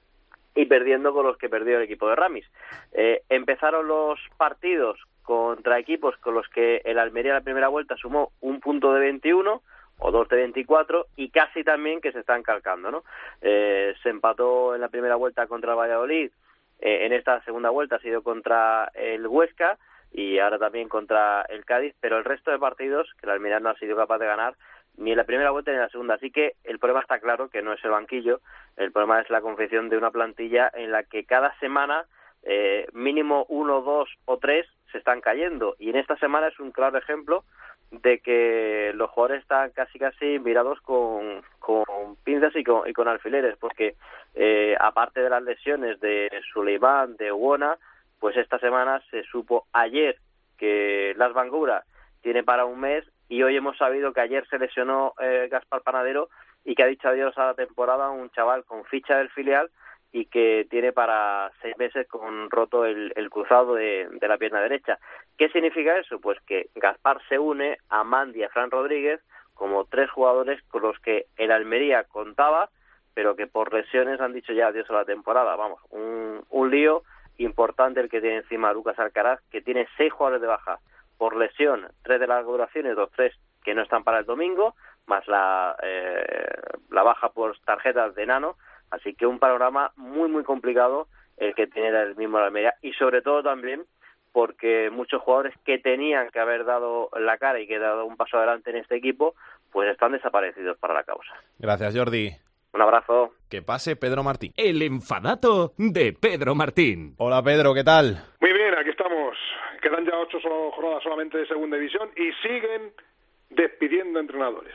y perdiendo con los que perdió el equipo de Ramis. Eh, empezaron los partidos contra equipos con los que el Almería en la primera vuelta sumó un punto de veintiuno o dos de veinticuatro y casi también que se están calcando, ¿no? Eh, se empató en la primera vuelta contra el Valladolid, eh, en esta segunda vuelta ha sido contra el Huesca y ahora también contra el Cádiz, pero el resto de partidos que el Almería no ha sido capaz de ganar ni en la primera vuelta ni en la segunda. Así que el problema está claro, que no es el banquillo, el problema es la confección de una plantilla en la que cada semana eh, mínimo uno, dos o tres se están cayendo, y en esta semana es un claro ejemplo de que los jugadores están casi casi mirados con, con pinzas y con, y con alfileres, porque eh, aparte de las lesiones de Suleimán, de Wona, pues esta semana se supo ayer que Las Bangura tiene para un mes, y hoy hemos sabido que ayer se lesionó eh, Gaspar Panadero y que ha dicho adiós a la temporada un chaval con ficha del filial y que tiene para seis meses con roto el, el cruzado de, de la pierna derecha. ¿Qué significa eso? Pues que Gaspar se une a Mandi y a Fran Rodríguez como tres jugadores con los que el Almería contaba, pero que por lesiones han dicho ya adiós a la temporada. Vamos, un, un lío importante el que tiene encima Lucas Alcaraz, que tiene seis jugadores de baja por lesión, tres de larga duración y dos tres que no están para el domingo, más la, eh, la baja por tarjetas de Nano. Así que un panorama muy, muy complicado el que tiene el mismo Almería, y sobre todo también porque muchos jugadores que tenían que haber dado la cara y que han dado un paso adelante en este equipo, pues están desaparecidos para la causa. Gracias, Jordi. Un abrazo. Que pase Pedro Martín. El enfadato de Pedro Martín. Hola, Pedro, ¿qué tal? Muy bien, aquí estamos. Quedan ya ocho jornadas solamente de segunda división y siguen despidiendo entrenadores.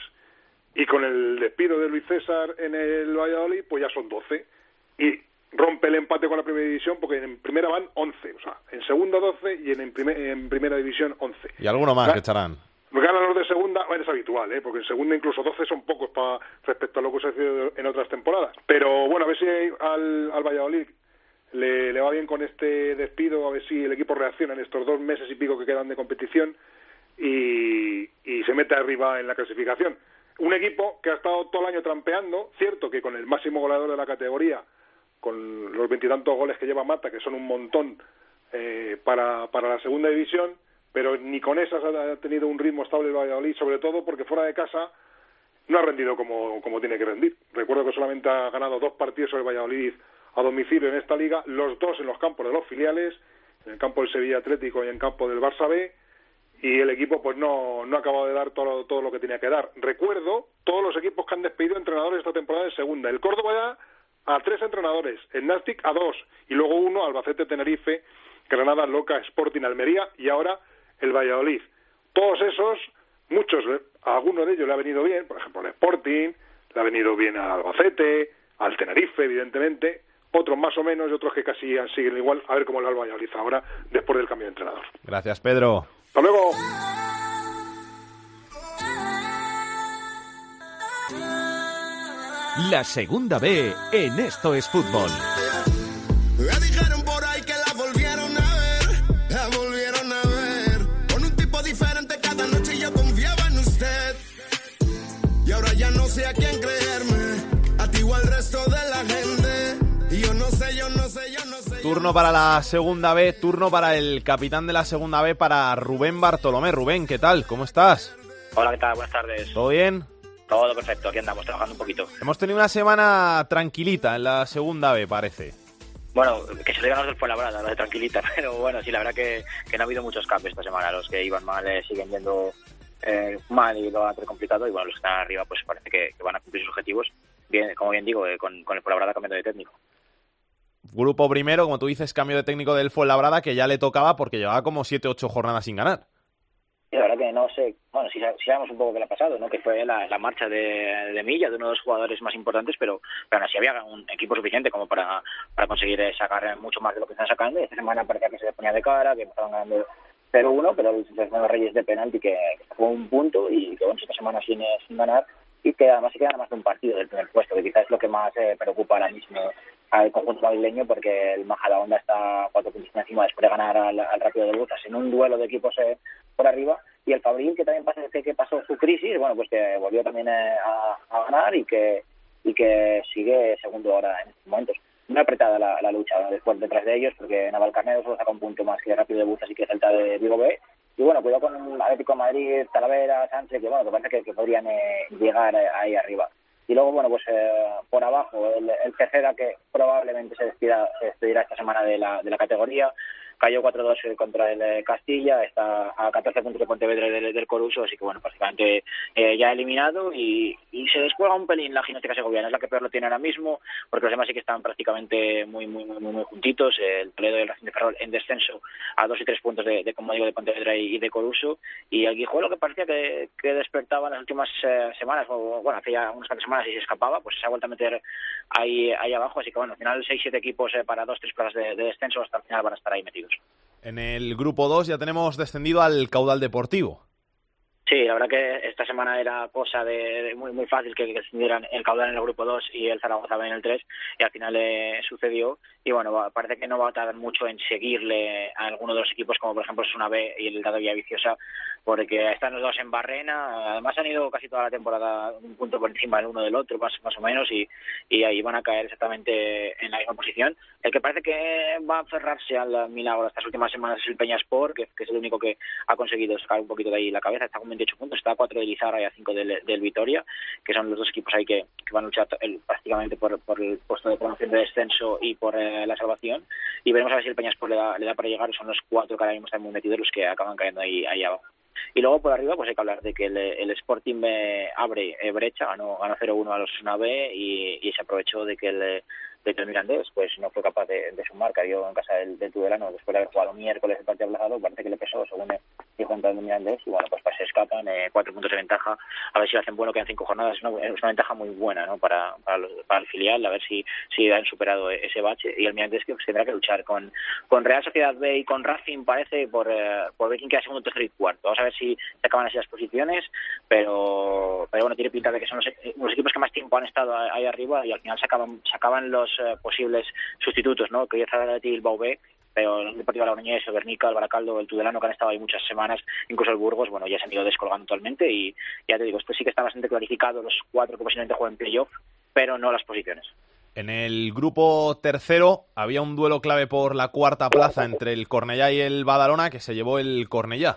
Y con el despido de Luis César en el Valladolid, pues ya son doce. Y rompe el empate con la primera división, porque en primera van once. O sea, en segunda doce y en, en, primer, en primera división once. Y alguno más Gan- que echarán. Ganan los de segunda, bueno, es habitual, ¿eh? Porque en segunda incluso doce son pocos para respecto a lo que se ha sido en otras temporadas. Pero bueno, a ver si al, al Valladolid le, le va bien con este despido, a ver si el equipo reacciona en estos dos meses y pico que quedan de competición y, y se mete arriba en la clasificación. Un equipo que ha estado todo el año trampeando, cierto que con el máximo goleador de la categoría, con los veintitantos goles que lleva Mata, que son un montón eh, para, para la segunda división, pero ni con esas ha tenido un ritmo estable el Valladolid, sobre todo porque fuera de casa no ha rendido como, como tiene que rendir. Recuerdo que solamente ha ganado dos partidos el Valladolid a domicilio en esta liga, los dos en los campos de los filiales, en el campo del Sevilla Atlético y en el campo del Barça B, y el equipo pues no, no ha acabado de dar todo, todo lo que tenía que dar. Recuerdo todos los equipos que han despedido entrenadores esta temporada en segunda. El Córdoba ya a tres entrenadores, el Nastic a dos, y luego uno, Albacete, Tenerife, Granada, Loca, Sporting, Almería, y ahora el Valladolid. Todos esos, muchos a alguno de ellos le ha venido bien, por ejemplo, al Sporting, le ha venido bien al Albacete, al Tenerife, evidentemente, otros más o menos y otros que casi siguen igual, a ver cómo le va el Valladolid ahora después del cambio de entrenador. Gracias, Pedro. Hasta luego. La segunda B en Esto es Fútbol. Me dijeron por ahí que la volvieron a ver, la volvieron a ver, con un tipo diferente cada noche yo confiaba en usted, y ahora ya no sé a quién creerme, a ti o al resto de la gente, y yo no sé, yo no sé, yo no sé. Turno para la segunda B, turno para el capitán de la segunda B, para Rubén Bartolomé. Rubén, ¿qué tal? ¿Cómo estás? Hola, ¿qué tal? Buenas tardes. ¿Todo bien? Todo perfecto, aquí andamos trabajando un poquito. Hemos tenido una semana tranquilita en la segunda B, parece. Bueno, que se le digan los del Fuenlabrada, la de tranquilita, pero bueno, sí, la verdad que, que no ha habido muchos cambios esta semana. Los que iban mal eh, siguen yendo eh, mal y lo van a tener complicado, y bueno, los que están arriba pues parece que, que van a cumplir sus objetivos, bien, como bien digo, eh, con, con el Fuenlabrada cambiando de técnico. Grupo primero, como tú dices, cambio de técnico del Fuenlabrada, que ya le tocaba porque llevaba como siete ocho jornadas sin ganar. Y la verdad que no sé, bueno, sí, sí sabemos un poco qué le ha pasado, ¿no? Que fue la, la marcha de, de Milla, de uno de los jugadores más importantes, pero, pero aún así había un equipo suficiente como para, para conseguir sacar mucho más de lo que están sacando. Esta semana parecía que se les ponía de cara, que estaban ganando cero uno, pero el Fernando Reyes de penalti que, que sacó un punto y que bueno, esta semana sin, sin ganar, y que además se queda más de un partido del primer puesto, que quizás es lo que más eh, preocupa ahora mismo al conjunto madrileño, porque el Majadahonda está cuatro puntos encima después de ganar al, al Rápido de Bouzas en un duelo de equipos eh, por arriba, y el Fabril, que también pasa que pasó su crisis, bueno, pues que volvió también eh, a, a ganar y que y que sigue segundo ahora en estos momentos. Muy apretada la, la lucha después detrás de ellos, porque Navalcarnero solo saca un punto más que Rápido de Bouzas y que Celta de Vigo B. Y bueno, cuidado con Atlético de Madrid, Talavera, Sánchez, que bueno, que parece que, que podrían eh, llegar eh, ahí arriba. Y luego, bueno, pues eh, por abajo, el, el Cerceda, que probablemente se despida, se despedirá esta semana de la, de la categoría, cayó cuatro dos contra el eh, Castilla, está a catorce puntos de Pontevedra del, del Coruso, así que bueno, básicamente eh, ya eliminado, y, y se descuelga un pelín la Gimnástica Segoviana, es la que peor lo tiene ahora mismo, porque los demás sí que están prácticamente muy muy muy muy, muy juntitos, el Toledo y el Racing de Ferrol en descenso a dos y tres puntos de, de como digo, de Pontevedra y, y de Coruso, y el Guijuelo, que parecía que, que despertaba en las últimas eh, semanas, o bueno, hace ya unas cuantas semanas y se escapaba, pues se ha vuelto a meter ahí, ahí abajo, así que bueno, al final seis siete equipos eh, para dos tres plazas de, de descenso, hasta el final van a estar ahí metidos. En el grupo dos ya tenemos descendido al Caudal Deportivo. Sí, la verdad que esta semana era cosa de, de muy muy fácil que, que descendieran el Caudal en el grupo dos y el Zaragoza en el tres, y al final eh, sucedió, y bueno, va, parece que no va a tardar mucho en seguirle a alguno de los equipos, como por ejemplo es una B y el Dado Villaviciosa, porque están los dos en barrena, además han ido casi toda la temporada un punto por encima el uno del otro, más, más o menos, y, y ahí van a caer exactamente en la misma posición. El que parece que va a aferrarse al milagro estas últimas semanas es el Peñaspor, que, que es el único que ha conseguido sacar un poquito de ahí la cabeza, está con veintiocho puntos, está a cuatro del Izarra y a cinco del, del Vitoria, que son los dos equipos ahí que, que van a luchar el, prácticamente por, por el puesto de promoción de descenso y por eh, la salvación, y veremos a ver si el Peñaspor le da, le da para llegar. Son los cuatro que ahora mismo están muy metidos los que acaban cayendo ahí, ahí abajo. Y luego por arriba pues hay que hablar de que el, el Sporting eh, abre eh, brecha, ganó, ganó cero uno a los una B, y, y se aprovechó de que el de que el Mirandés pues no fue capaz de, de sumar, cayó en casa del, del Tudelano después de haber jugado miércoles el partido aplazado, parece que le pesó según dijo en el Mirandés, y bueno, pues, pues se escapan eh, cuatro puntos de ventaja, a ver si lo hacen bueno, quedan cinco jornadas, es una, es una ventaja muy buena, ¿no? para, para, los, para el filial, a ver si, si han superado ese bache, y el Mirandés que pues, tendrá que luchar con, con Real Sociedad B y con Racing, parece, por, eh, por ver quién queda segundo, tercero y cuarto. Vamos a ver si se acaban así las posiciones, pero, pero bueno, tiene pinta de que son los, los equipos que más tiempo han estado ahí arriba, y al final se acaban, se acaban los eh, posibles sustitutos, ¿no? Que ya está el Bilbao B, pero el Deportivo Logroñés, el Guernica, el Baracaldo, el Tudelano, que han estado ahí muchas semanas, incluso el Burgos, bueno, ya se han ido descolgando actualmente, y ya te digo, esto sí que está bastante clarificado, los cuatro que posiblemente jueguen playoff, pero no las posiciones. En el grupo tercero había un duelo clave por la cuarta plaza entre el Cornellá y el Badalona, que se llevó el Cornellá.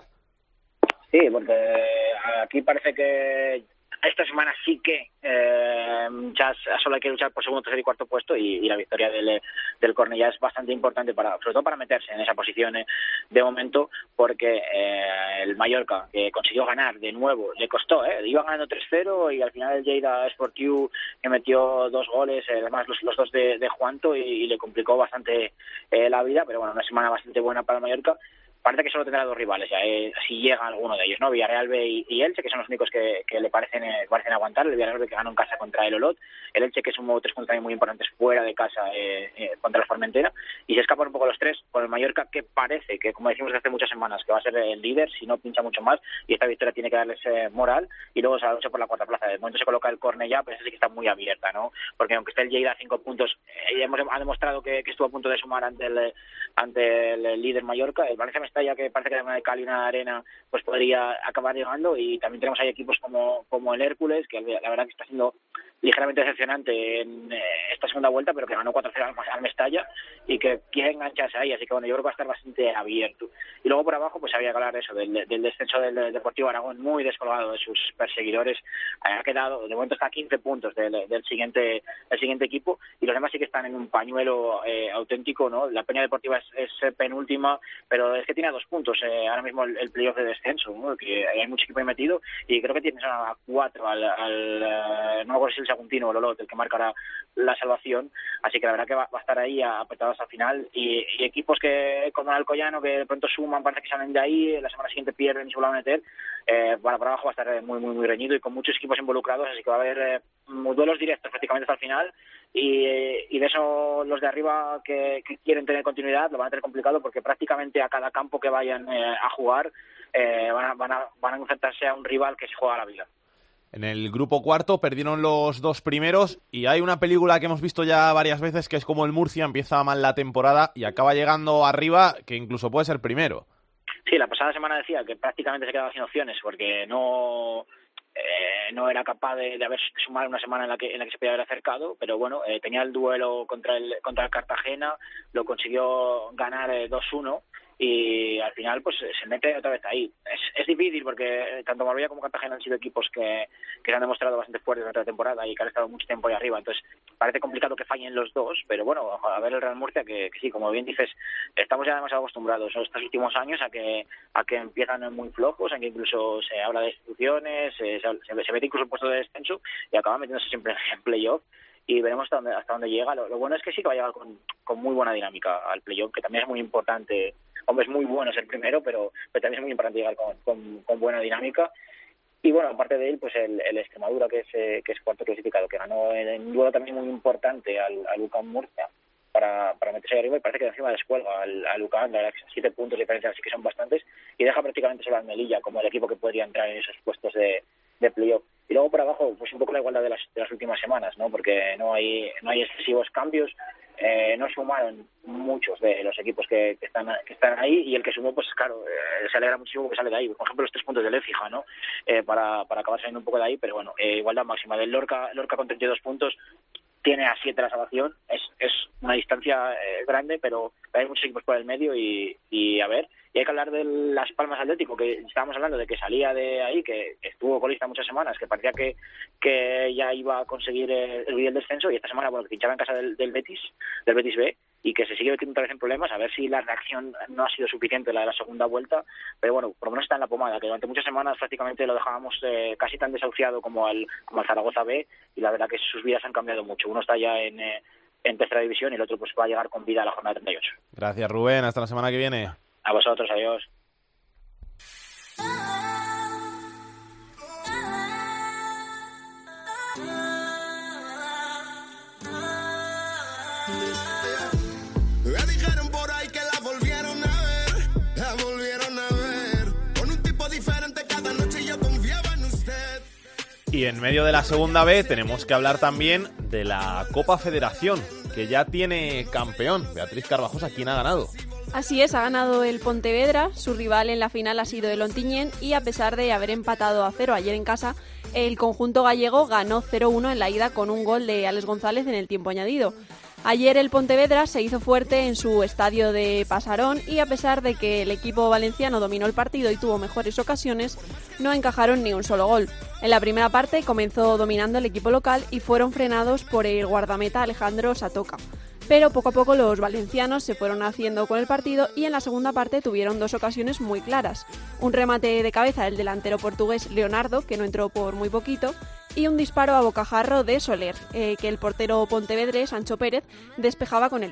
Sí, porque aquí parece que esta semana sí que eh, ya solo hay que luchar por segundo, tercer y cuarto puesto, y, y la victoria del, del Cornellá es bastante importante, para, sobre todo para meterse en esa posición eh, de momento, porque eh, el Mallorca, que consiguió ganar de nuevo, le costó, eh, iba ganando tres cero, y al final el Lleida Sportiu que metió dos goles, eh, además los, los dos de, de Juanto, y, y le complicó bastante eh, la vida, pero bueno, una semana bastante buena para el Mallorca. parece que solo tendrá dos rivales, ya, eh, si llega alguno de ellos, ¿no? Villarreal B y, y Elche, que son los únicos que, que le parecen, eh, parecen aguantar. El Villarreal B que ganó en casa contra el Olot, el Elche que sumó tres puntos también muy importantes fuera de casa eh, eh, contra el Formentera, y se escapan un poco los tres con el Mallorca, que parece que, como decimos desde hace muchas semanas, que va a ser el líder si no pincha mucho más, y esta victoria tiene que darles eh, moral, y luego se lucha por la cuarta plaza. De momento se coloca el Cornellá, pero eso sí que está muy abierta, ¿no? Porque aunque esté el Lleida a cinco puntos, eh, hemos, ha demostrado que, que estuvo a punto de sumar ante el, ante el líder Mallorca. El Valencia Mestalla, que parece que de una de cal y una de arena, pues podría acabar llegando, y también tenemos ahí equipos como, como el Hércules, que la verdad que está siendo ligeramente decepcionante en eh, esta segunda vuelta, pero que ganó cuatro cero al Mestalla y que quiere engancharse ahí, así que bueno, yo creo que va a estar bastante abierto. Y luego por abajo pues había que hablar de eso, del, del descenso del, del Deportivo Aragón, muy descolgado de sus perseguidores, ha quedado, de momento está a quince puntos del, del siguiente del siguiente equipo, y los demás sí que están en un pañuelo eh, auténtico, ¿no? La Peña Deportiva es, es penúltima, pero es que tiene dos puntos eh, ahora mismo el, el playoff de descenso, ¿no? Que hay mucho equipo ahí metido, y creo que tienes a cuatro al, al no recuerdo si el Saguntino o el Olot el que marcará la salvación, así que la verdad que va, va a estar ahí apretado hasta el final, y, y equipos que como el Alcoyano, que de pronto suman, parece que salen de ahí, la semana siguiente pierden y se vuelven a meter, eh, bueno, para abajo va a estar muy muy muy reñido y con muchos equipos involucrados, así que va a haber eh, duelos directos prácticamente hasta el final, y, y de eso los de arriba que, que quieren tener continuidad lo van a tener complicado, porque prácticamente a cada campo que vayan eh, a jugar eh, van, a, van, a, van a enfrentarse a un rival que se juega la vida. En el grupo cuarto perdieron los dos primeros, y hay una película que hemos visto ya varias veces, que es como el Murcia empieza mal la temporada y acaba llegando arriba, que incluso puede ser primero. Sí, la pasada semana decía que prácticamente se quedaba sin opciones porque no eh, no era capaz de, de haber sumado una semana en la que en la que se podía haber acercado, pero bueno, eh, tenía el duelo contra el contra el Cartagena, lo consiguió ganar eh, dos uno, y al final pues se mete otra vez ahí. Es, es difícil porque tanto Marbella como Cartagena han sido equipos que, que se han demostrado bastante fuertes durante la temporada y que han estado mucho tiempo ahí arriba, entonces parece complicado que fallen los dos, pero bueno, a ver el Real Murcia, que, que sí, como bien dices, estamos ya demasiado acostumbrados estos últimos años a que a que empiezan muy flojos, a que incluso se habla de instituciones, se, se, se mete incluso en puesto de descenso y acaba metiéndose siempre en playoff, y veremos hasta dónde, hasta dónde llega. Lo, lo bueno es que sí que va a llegar con, con muy buena dinámica al playoff, que también es muy importante. Hombre, es muy bueno ser primero, pero, pero también es muy importante llegar con, con, con buena dinámica. Y bueno, aparte de él, pues el, el Extremadura, que es eh, que es cuarto clasificado, que ganó en un duelo también muy importante al, al U C A M Murcia para, para meterse ahí arriba, y parece que encima descuelga al, al U C A M, la verdad que siete puntos de diferencia, así que son bastantes, y deja prácticamente solo al Melilla como el equipo que podría entrar en esos puestos de, de playoff. Y luego por abajo, pues un poco la igualdad de las, de las últimas semanas, ¿no? Porque no hay no hay excesivos cambios, eh, no sumaron muchos de los equipos que, que están que están ahí, y el que sumó, pues claro, eh, se alegra muchísimo que sale de ahí. Por ejemplo, los tres puntos del Écija, ¿no? Eh, para, para acabar saliendo un poco de ahí, pero bueno, eh, igualdad máxima del Lorca, Lorca con treinta y dos puntos, tiene a siete la salvación, es, es una distancia eh, grande, pero hay muchos equipos por el medio, y, y a ver, y hay que hablar de Las Palmas Atlético, que estábamos hablando de que salía de ahí, que estuvo colista muchas semanas, que parecía que, que ya iba a conseguir el, el descenso, y esta semana, bueno, que pinchaba en casa del, del Betis, del Betis B, y que se sigue metiendo otra vez en problemas, a ver si la reacción no ha sido suficiente, la de la segunda vuelta, pero bueno, por lo menos está en la pomada, que durante muchas semanas prácticamente lo dejábamos eh, casi tan desahuciado como al, como al Zaragoza B, y la verdad que sus vidas han cambiado mucho. Uno está ya en, eh, en tercera división, y el otro pues va a llegar con vida a la jornada treinta y ocho. Gracias, Rubén, hasta la semana que viene. A vosotros, adiós. Me dijeron por ahí que la volvieron a ver, la volvieron a ver, con un tipo diferente cada noche, y yo confiaba en usted. Y en medio de la segunda B tenemos que hablar también de la Copa Federación, que ya tiene campeón. Beatriz Carvajosa, ¿quién ha ganado? Así es, ha ganado el Pontevedra, su rival en la final ha sido el Ontinyent, y a pesar de haber empatado a cero ayer en casa, el conjunto gallego ganó cero uno en la ida con un gol de Alex González en el tiempo añadido. Ayer el Pontevedra se hizo fuerte en su estadio de Pasarón, y a pesar de que el equipo valenciano dominó el partido y tuvo mejores ocasiones, no encajaron ni un solo gol. En la primera parte comenzó dominando el equipo local y fueron frenados por el guardameta Alejandro Satoca. Pero poco a poco los valencianos se fueron haciendo con el partido, y en la segunda parte tuvieron dos ocasiones muy claras. Un remate de cabeza del delantero portugués Leonardo, que no entró por muy poquito, y un disparo a bocajarro de Soler, eh, que el portero pontevedrés Sancho Pérez despejaba con el pie.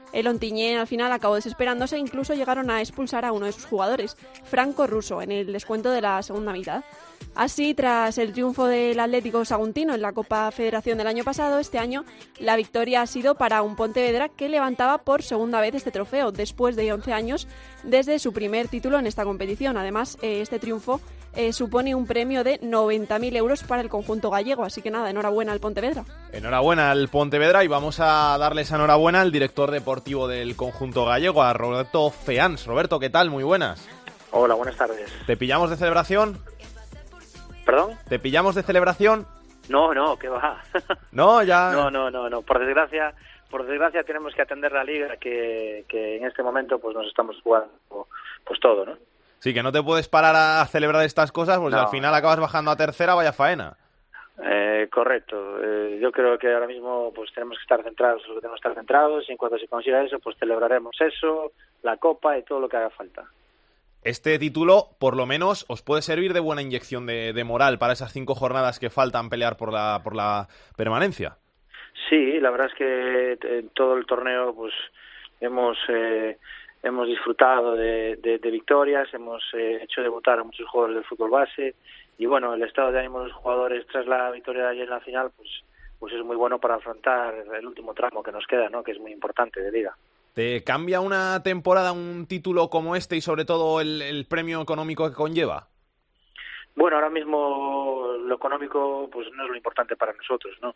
El Ontinyent al final acabó desesperándose e incluso llegaron a expulsar a uno de sus jugadores, Franco Russo, en el descuento de la segunda mitad. Así, tras el triunfo del Atlético Saguntino en la Copa Federación del año pasado, este año la victoria ha sido para un Pontevedra que levantaba por segunda vez este trofeo, después de once años desde su primer título en esta competición. Además, eh, este triunfo eh, supone un premio de noventa mil euros para el conjunto gallego, así que nada, enhorabuena al Pontevedra. Enhorabuena al Pontevedra y vamos a darles enhorabuena al director deportivo del conjunto gallego, a Roberto Feans. Roberto, ¿qué tal? Muy buenas. Hola, buenas tardes. ¿Te pillamos de celebración? ¿Perdón? ¿Te pillamos de celebración? No, no, ¿qué va? No, ya... No, no, no, no. Por desgracia, por desgracia tenemos que atender la liga que, que en este momento pues nos estamos jugando pues todo, ¿no? Sí, que no te puedes parar a celebrar estas cosas, pues no. Al final acabas bajando a tercera, vaya faena. Eh, correcto. Eh, yo creo que ahora mismo pues tenemos que estar centrados en lo que tenemos que estar centrados y en cuanto se consiga eso, pues celebraremos eso, la copa y todo lo que haga falta. Este título, por lo menos, os puede servir de buena inyección de, de moral para esas cinco jornadas que faltan pelear por la por la permanencia. Sí, la verdad es que en todo el torneo pues hemos eh, hemos disfrutado de, de, de victorias, hemos eh, hecho debutar a muchos jugadores del fútbol base y bueno, el estado de ánimo de los jugadores tras la victoria de ayer en la final pues pues es muy bueno para afrontar el último tramo que nos queda, ¿no? Que es muy importante de liga. ¿Te cambia una temporada un título como este y sobre todo el, el premio económico que conlleva? Bueno, ahora mismo lo económico pues no es lo importante para nosotros, ¿no?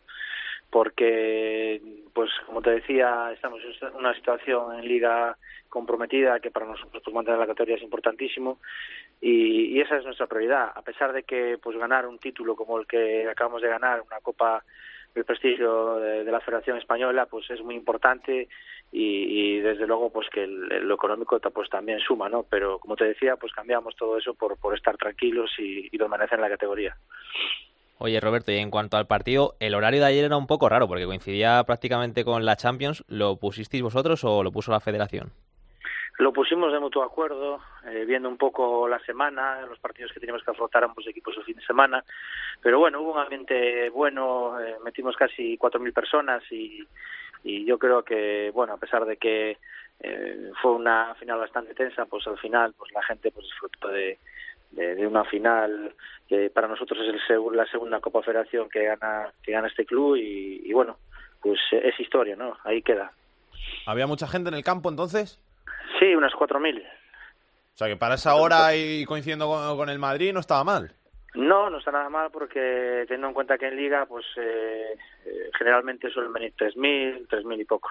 Porque, pues como te decía, estamos en una situación en liga comprometida que para nosotros pues mantener la categoría es importantísimo y, y esa es nuestra prioridad. A pesar de que pues ganar un título como el que acabamos de ganar, una Copa del prestigio de, de la Federación Española, pues es muy importante y, y desde luego pues que el, lo económico pues también suma, ¿no? Pero como te decía, pues cambiamos todo eso por, por estar tranquilos y, y permanecer en la categoría. Oye, Roberto, y en cuanto al partido, el horario de ayer era un poco raro porque coincidía prácticamente con la Champions. ¿Lo pusisteis vosotros o lo puso la Federación? Lo pusimos de mutuo acuerdo, eh, viendo un poco la semana, los partidos que teníamos que afrontar ambos equipos el fin de semana. Pero bueno, hubo un ambiente bueno, eh, metimos casi cuatro mil personas y, y yo creo que, bueno, a pesar de que eh, fue una final bastante tensa, pues al final pues la gente pues disfrutó de, de, de una final que para nosotros es el seg- la segunda Copa Federación que gana, que gana este club y, y bueno, pues es historia, ¿no? Ahí queda. ¿Había mucha gente en el campo entonces? Sí, unas cuatro mil. O sea que para esa hora y coincidiendo con, con el Madrid no estaba mal. No, no está nada mal porque teniendo en cuenta que en Liga pues eh, eh, generalmente suelen venir tres mil, tres mil y poco.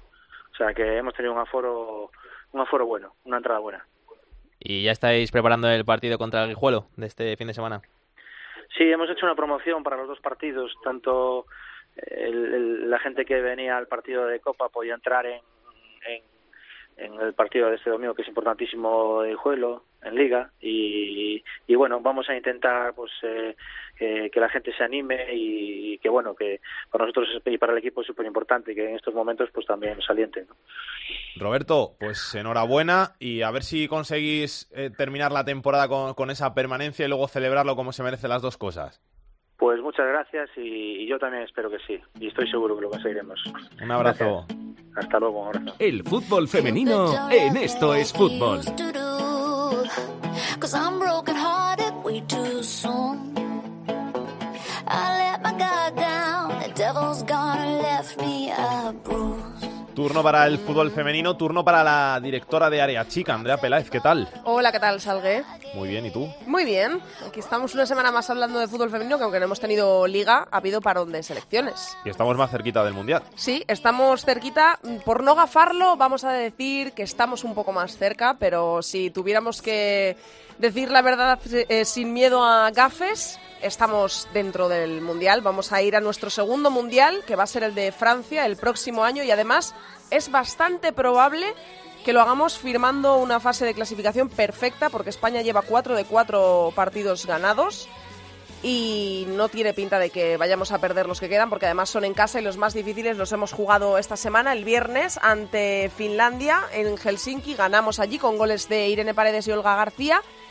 O sea que hemos tenido un aforo, un aforo bueno, una entrada buena. ¿Y ya estáis preparando el partido contra el Guijuelo de este fin de semana? Sí, hemos hecho una promoción para los dos partidos. Tanto el, el, la gente que venía al partido de Copa podía entrar en, en en el partido de este domingo, que es importantísimo el Guijuelo en Liga, y, y bueno, vamos a intentar pues eh, que, que la gente se anime y, y que bueno, que para nosotros y para el equipo es súper importante y que en estos momentos pues también nos alienten, ¿no? Roberto, pues enhorabuena y a ver si conseguís eh, terminar la temporada con, con esa permanencia y luego celebrarlo como se merecen las dos cosas. Pues muchas gracias y, y yo también espero que sí, y estoy seguro que lo conseguiremos. Un abrazo. Gracias. Hasta luego, un abrazo. El fútbol femenino en Esto es Fútbol. Turno para el fútbol femenino, turno para la directora de Área Chica, Andrea Peláez, ¿qué tal? Hola, ¿qué tal, Salgué? Muy bien, ¿y tú? Muy bien, aquí estamos una semana más hablando de fútbol femenino, que aunque no hemos tenido liga, ha habido parón de selecciones. Y estamos más cerquita del Mundial. Sí, estamos cerquita, por no gafarlo vamos a decir que estamos un poco más cerca, pero si tuviéramos que decir la verdad eh, sin miedo a gafes, estamos dentro del Mundial. Vamos a ir a nuestro segundo Mundial, que va a ser el de Francia el próximo año, y además es bastante probable que lo hagamos firmando una fase de clasificación perfecta, porque España lleva cuatro de cuatro partidos ganados y no tiene pinta de que vayamos a perder los que quedan, porque además son en casa y los más difíciles los hemos jugado esta semana, el viernes, ante Finlandia en Helsinki. Ganamos allí con goles de Irene Paredes y Olga García.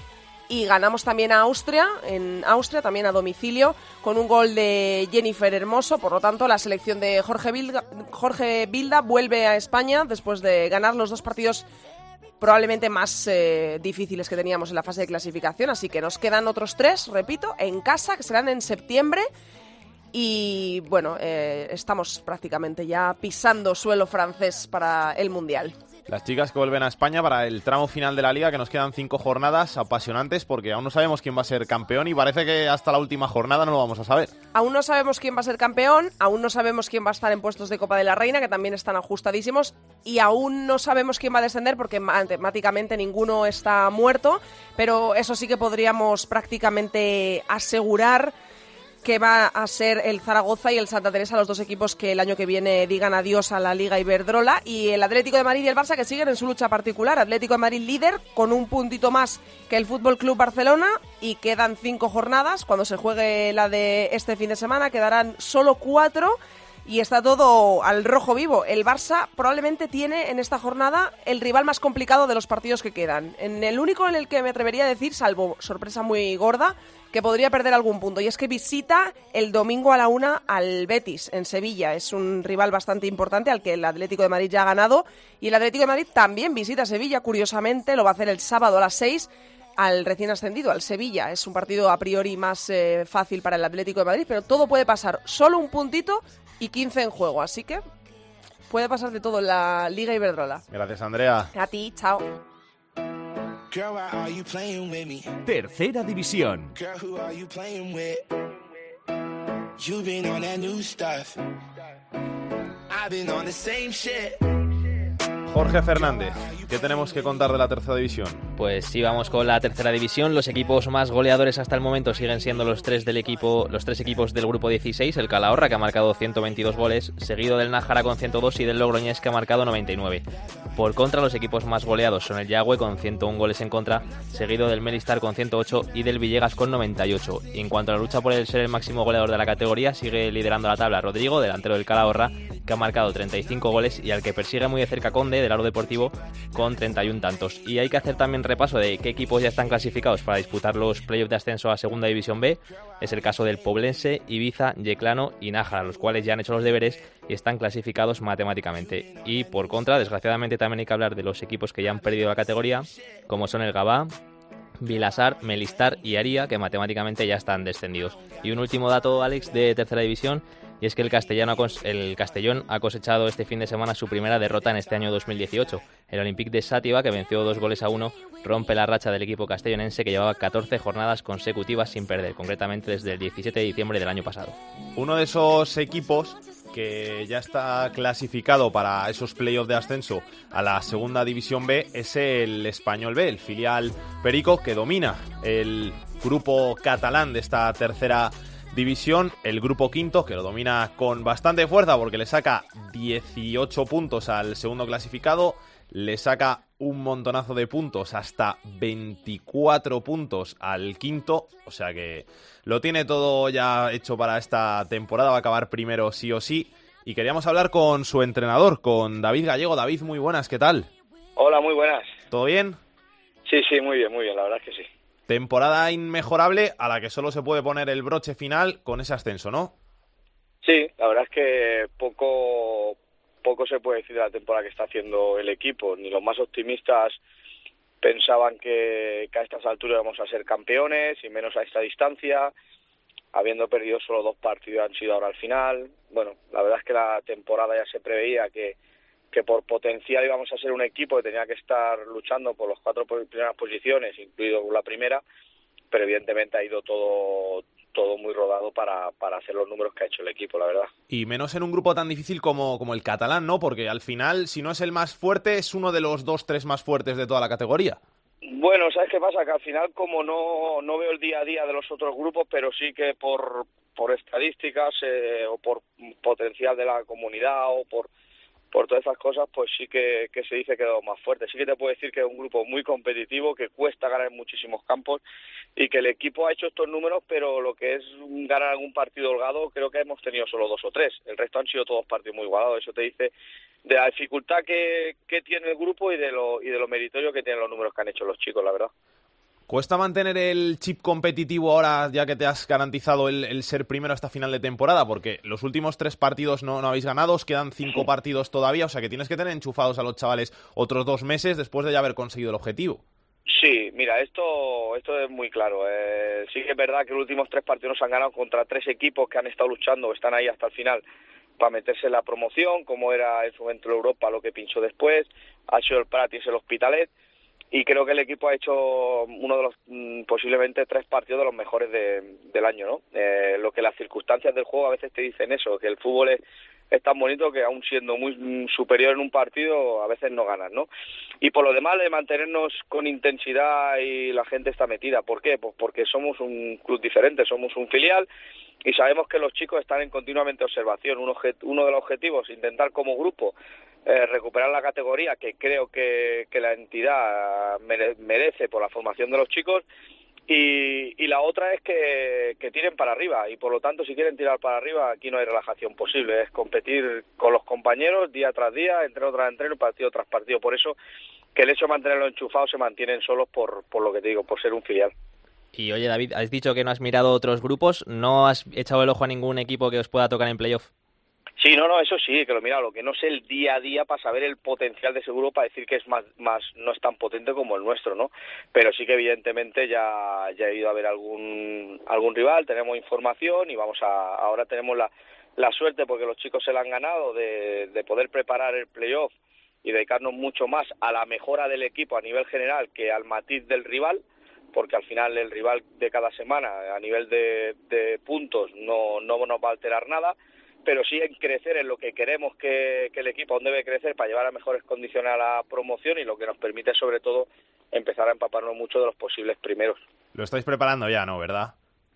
y ganamos también a Austria, en Austria, también a domicilio, con un gol de Jennifer Hermoso. Por lo tanto, la selección de Jorge Vilda, Jorge Vilda vuelve a España después de ganar los dos partidos probablemente más eh, difíciles que teníamos en la fase de clasificación. Así que nos quedan otros tres, repito, en casa, que serán en septiembre. Y bueno, eh, estamos prácticamente ya pisando suelo francés para el Mundial. Las chicas que vuelven a España para el tramo final de la Liga, que nos quedan cinco jornadas apasionantes, porque aún no sabemos quién va a ser campeón y parece que hasta la última jornada no lo vamos a saber. Aún no sabemos quién va a ser campeón, aún no sabemos quién va a estar en puestos de Copa de la Reina, que también están ajustadísimos, y aún no sabemos quién va a descender, porque matemáticamente ninguno está muerto, pero eso sí que podríamos prácticamente asegurar que va a ser el Zaragoza y el Santa Teresa, los dos equipos que el año que viene digan adiós a la Liga Iberdrola, y el Atlético de Madrid y el Barça, que siguen en su lucha particular. Atlético de Madrid líder con un puntito más que el Fútbol Club Barcelona, y quedan cinco jornadas. Cuando se juegue la de este fin de semana quedarán solo cuatro y está todo al rojo vivo. El Barça probablemente tiene en esta jornada el rival más complicado de los partidos que quedan. En el único en el que me atrevería a decir, salvo sorpresa muy gorda, que podría perder algún punto, y es que visita el domingo a la una al Betis en Sevilla. Es un rival bastante importante al que el Atlético de Madrid ya ha ganado, y el Atlético de Madrid también visita Sevilla, curiosamente, lo va a hacer el sábado a las seis al recién ascendido, al Sevilla. Es un partido a priori más eh, fácil para el Atlético de Madrid, pero todo puede pasar. Solo un puntito y quince en juego, así que puede pasar de todo en la Liga Iberdrola. Gracias, Andrea. A ti, chao. Tercera división. Jorge Fernández, ¿qué tenemos que contar de la tercera división? Pues sí, vamos con la tercera división. Los equipos más goleadores hasta el momento siguen siendo los tres del equipo, los tres equipos del grupo dieciséis, el Calahorra, que ha marcado ciento veintidós goles, seguido del Nájara con ciento dos y del Logroñés, que ha marcado noventa y nueve. Por contra, los equipos más goleados son el Yagüe con ciento uno goles en contra, seguido del Melistar con ciento ocho y del Villegas con noventa y ocho. Y en cuanto a la lucha por el ser el máximo goleador de la categoría, sigue liderando la tabla Rodrigo, delantero del Calahorra, que ha marcado treinta y cinco goles, y al que persigue muy de cerca Conde, del Aro Deportivo, con treinta y uno tantos. Y hay que hacer también repaso de qué equipos ya están clasificados para disputar los playoffs de ascenso a Segunda División B. Es el caso del Poblense, Ibiza, Yeclano y Nájara, los cuales ya han hecho los deberes y están clasificados matemáticamente. Y por contra, desgraciadamente, también hay que hablar de los equipos que ya han perdido la categoría, como son el Gabá, Vilasar, Melistar y Aría, que matemáticamente ya están descendidos. Y un último dato, Alex, de tercera división, y es que el, castellano, el Castellón ha cosechado este fin de semana su primera derrota en este año dos mil dieciocho. El Olympique de Sátiva, que venció dos goles a uno, rompe la racha del equipo castellonense, que llevaba catorce jornadas consecutivas sin perder, concretamente desde el diecisiete de diciembre del año pasado. Uno de esos equipos que ya está clasificado para esos playoffs de ascenso a la Segunda División B es el Español B, el filial Perico, que domina el grupo catalán de esta tercera división, el grupo quinto, que lo domina con bastante fuerza porque le saca dieciocho puntos al segundo clasificado, le saca un montonazo de puntos, hasta veinticuatro puntos al quinto, o sea que lo tiene todo ya hecho para esta temporada, va a acabar primero sí o sí, y queríamos hablar con su entrenador, con David Gallego. David, muy buenas, ¿qué tal? Hola, muy buenas. ¿Todo bien? Sí, sí, muy bien, muy bien, la verdad es que sí. Temporada inmejorable a la que solo se puede poner el broche final con ese ascenso, ¿no? Sí, la verdad es que poco poco se puede decir de la temporada que está haciendo el equipo. Ni los más optimistas pensaban que, que a estas alturas íbamos a ser campeones, y menos a esta distancia, habiendo perdido solo dos partidos han sido ahora al final. Bueno, la verdad es que la temporada ya se preveía que que por potencial íbamos a ser un equipo que tenía que estar luchando por las cuatro primeras posiciones, incluido la primera, pero evidentemente ha ido todo todo muy rodado para, para hacer los números que ha hecho el equipo, la verdad. Y menos en un grupo tan difícil como, como el catalán, ¿no? Porque al final, si no es el más fuerte, es uno de los dos, tres más fuertes de toda la categoría. Bueno, ¿sabes qué pasa? Que al final, como no, no veo el día a día de los otros grupos, pero sí que por, por estadísticas eh, o por potencial de la comunidad o por por todas esas cosas, pues sí que, que se dice que es lo más fuerte. Sí que te puedo decir que es un grupo muy competitivo, que cuesta ganar en muchísimos campos, y que el equipo ha hecho estos números, pero lo que es ganar algún partido holgado, creo que hemos tenido solo dos o tres. El resto han sido todos partidos muy igualados. Eso te dice de la dificultad que, que tiene el grupo y de lo y de lo meritorio que tienen los números que han hecho los chicos, la verdad. ¿Cuesta mantener el chip competitivo ahora, ya que te has garantizado el, el ser primero hasta final de temporada? Porque los últimos tres partidos no, no habéis ganado, os quedan cinco partidos todavía, o sea que tienes que tener enchufados a los chavales otros dos meses después de ya haber conseguido el objetivo. Sí, mira, esto esto es muy claro. Eh, sí que es verdad que los últimos tres partidos se han ganado contra tres equipos que han estado luchando, están ahí hasta el final para meterse en la promoción, como era en su momento Europa, lo que pinchó después, ha sido el Prat y es el Hospitalet. Y creo que el equipo ha hecho uno de los mmm, posiblemente tres partidos de los mejores de, del año, ¿no? Eh, lo que las circunstancias del juego a veces te dicen eso, que el fútbol es, es tan bonito que aún siendo muy mmm, superior en un partido a veces no ganas, ¿no? Y por lo demás de mantenernos con intensidad y la gente está metida. ¿Por qué? Pues porque somos un club diferente, somos un filial y sabemos que los chicos están en continuamente observación. Un objet- uno de los objetivos, intentar como grupo Eh, recuperar la categoría que creo que, que la entidad mere, merece por la formación de los chicos y, y la otra es que, que tiren para arriba y por lo tanto si quieren tirar para arriba aquí no hay relajación posible, es competir con los compañeros día tras día, entreno tras entreno, partido tras partido, por eso que el hecho de mantenerlos enchufados se mantienen solos por, por lo que te digo, por ser un filial. Y oye David, has dicho que no has mirado otros grupos, ¿no has echado el ojo a ningún equipo que os pueda tocar en playoff? Sí, no, no, eso sí, que lo mira, lo que no sé el día a día para saber el potencial de ese grupo, para decir que es más, más, no es tan potente como el nuestro, ¿no? Pero sí que evidentemente ya, ya he ido a ver algún, algún rival, tenemos información y vamos a, ahora tenemos la, la suerte porque los chicos se la han ganado de, de poder preparar el playoff y dedicarnos mucho más a la mejora del equipo a nivel general que al matiz del rival, porque al final el rival de cada semana a nivel de, de puntos no, no nos va a alterar nada, pero sí en crecer en lo que queremos que, que el equipo aún debe crecer para llevar a mejores condiciones a la promoción y lo que nos permite sobre todo empezar a empaparnos mucho de los posibles primeros. Lo estáis preparando ya, ¿no? ¿Verdad?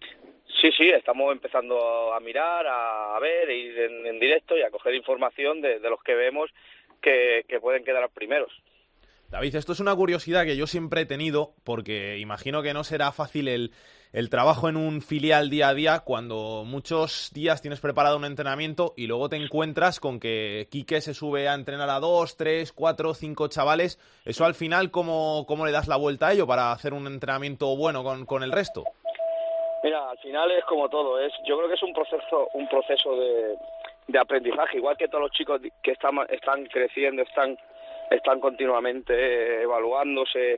Sí, sí, estamos empezando a mirar, a, a ver, a ir en, en directo y a coger información de, de los que vemos que, que pueden quedar primeros. David, esto es una curiosidad que yo siempre he tenido, porque imagino que no será fácil el, el trabajo en un filial día a día cuando muchos días tienes preparado un entrenamiento y luego te encuentras con que Quique se sube a entrenar a dos, tres, cuatro, cinco chavales. Eso al final, ¿cómo, cómo le das la vuelta a ello para hacer un entrenamiento bueno con, con el resto? Mira, al final es como todo, es yo creo que es un proceso un proceso de, de aprendizaje, igual que todos los chicos que están, están creciendo, están están continuamente evaluándose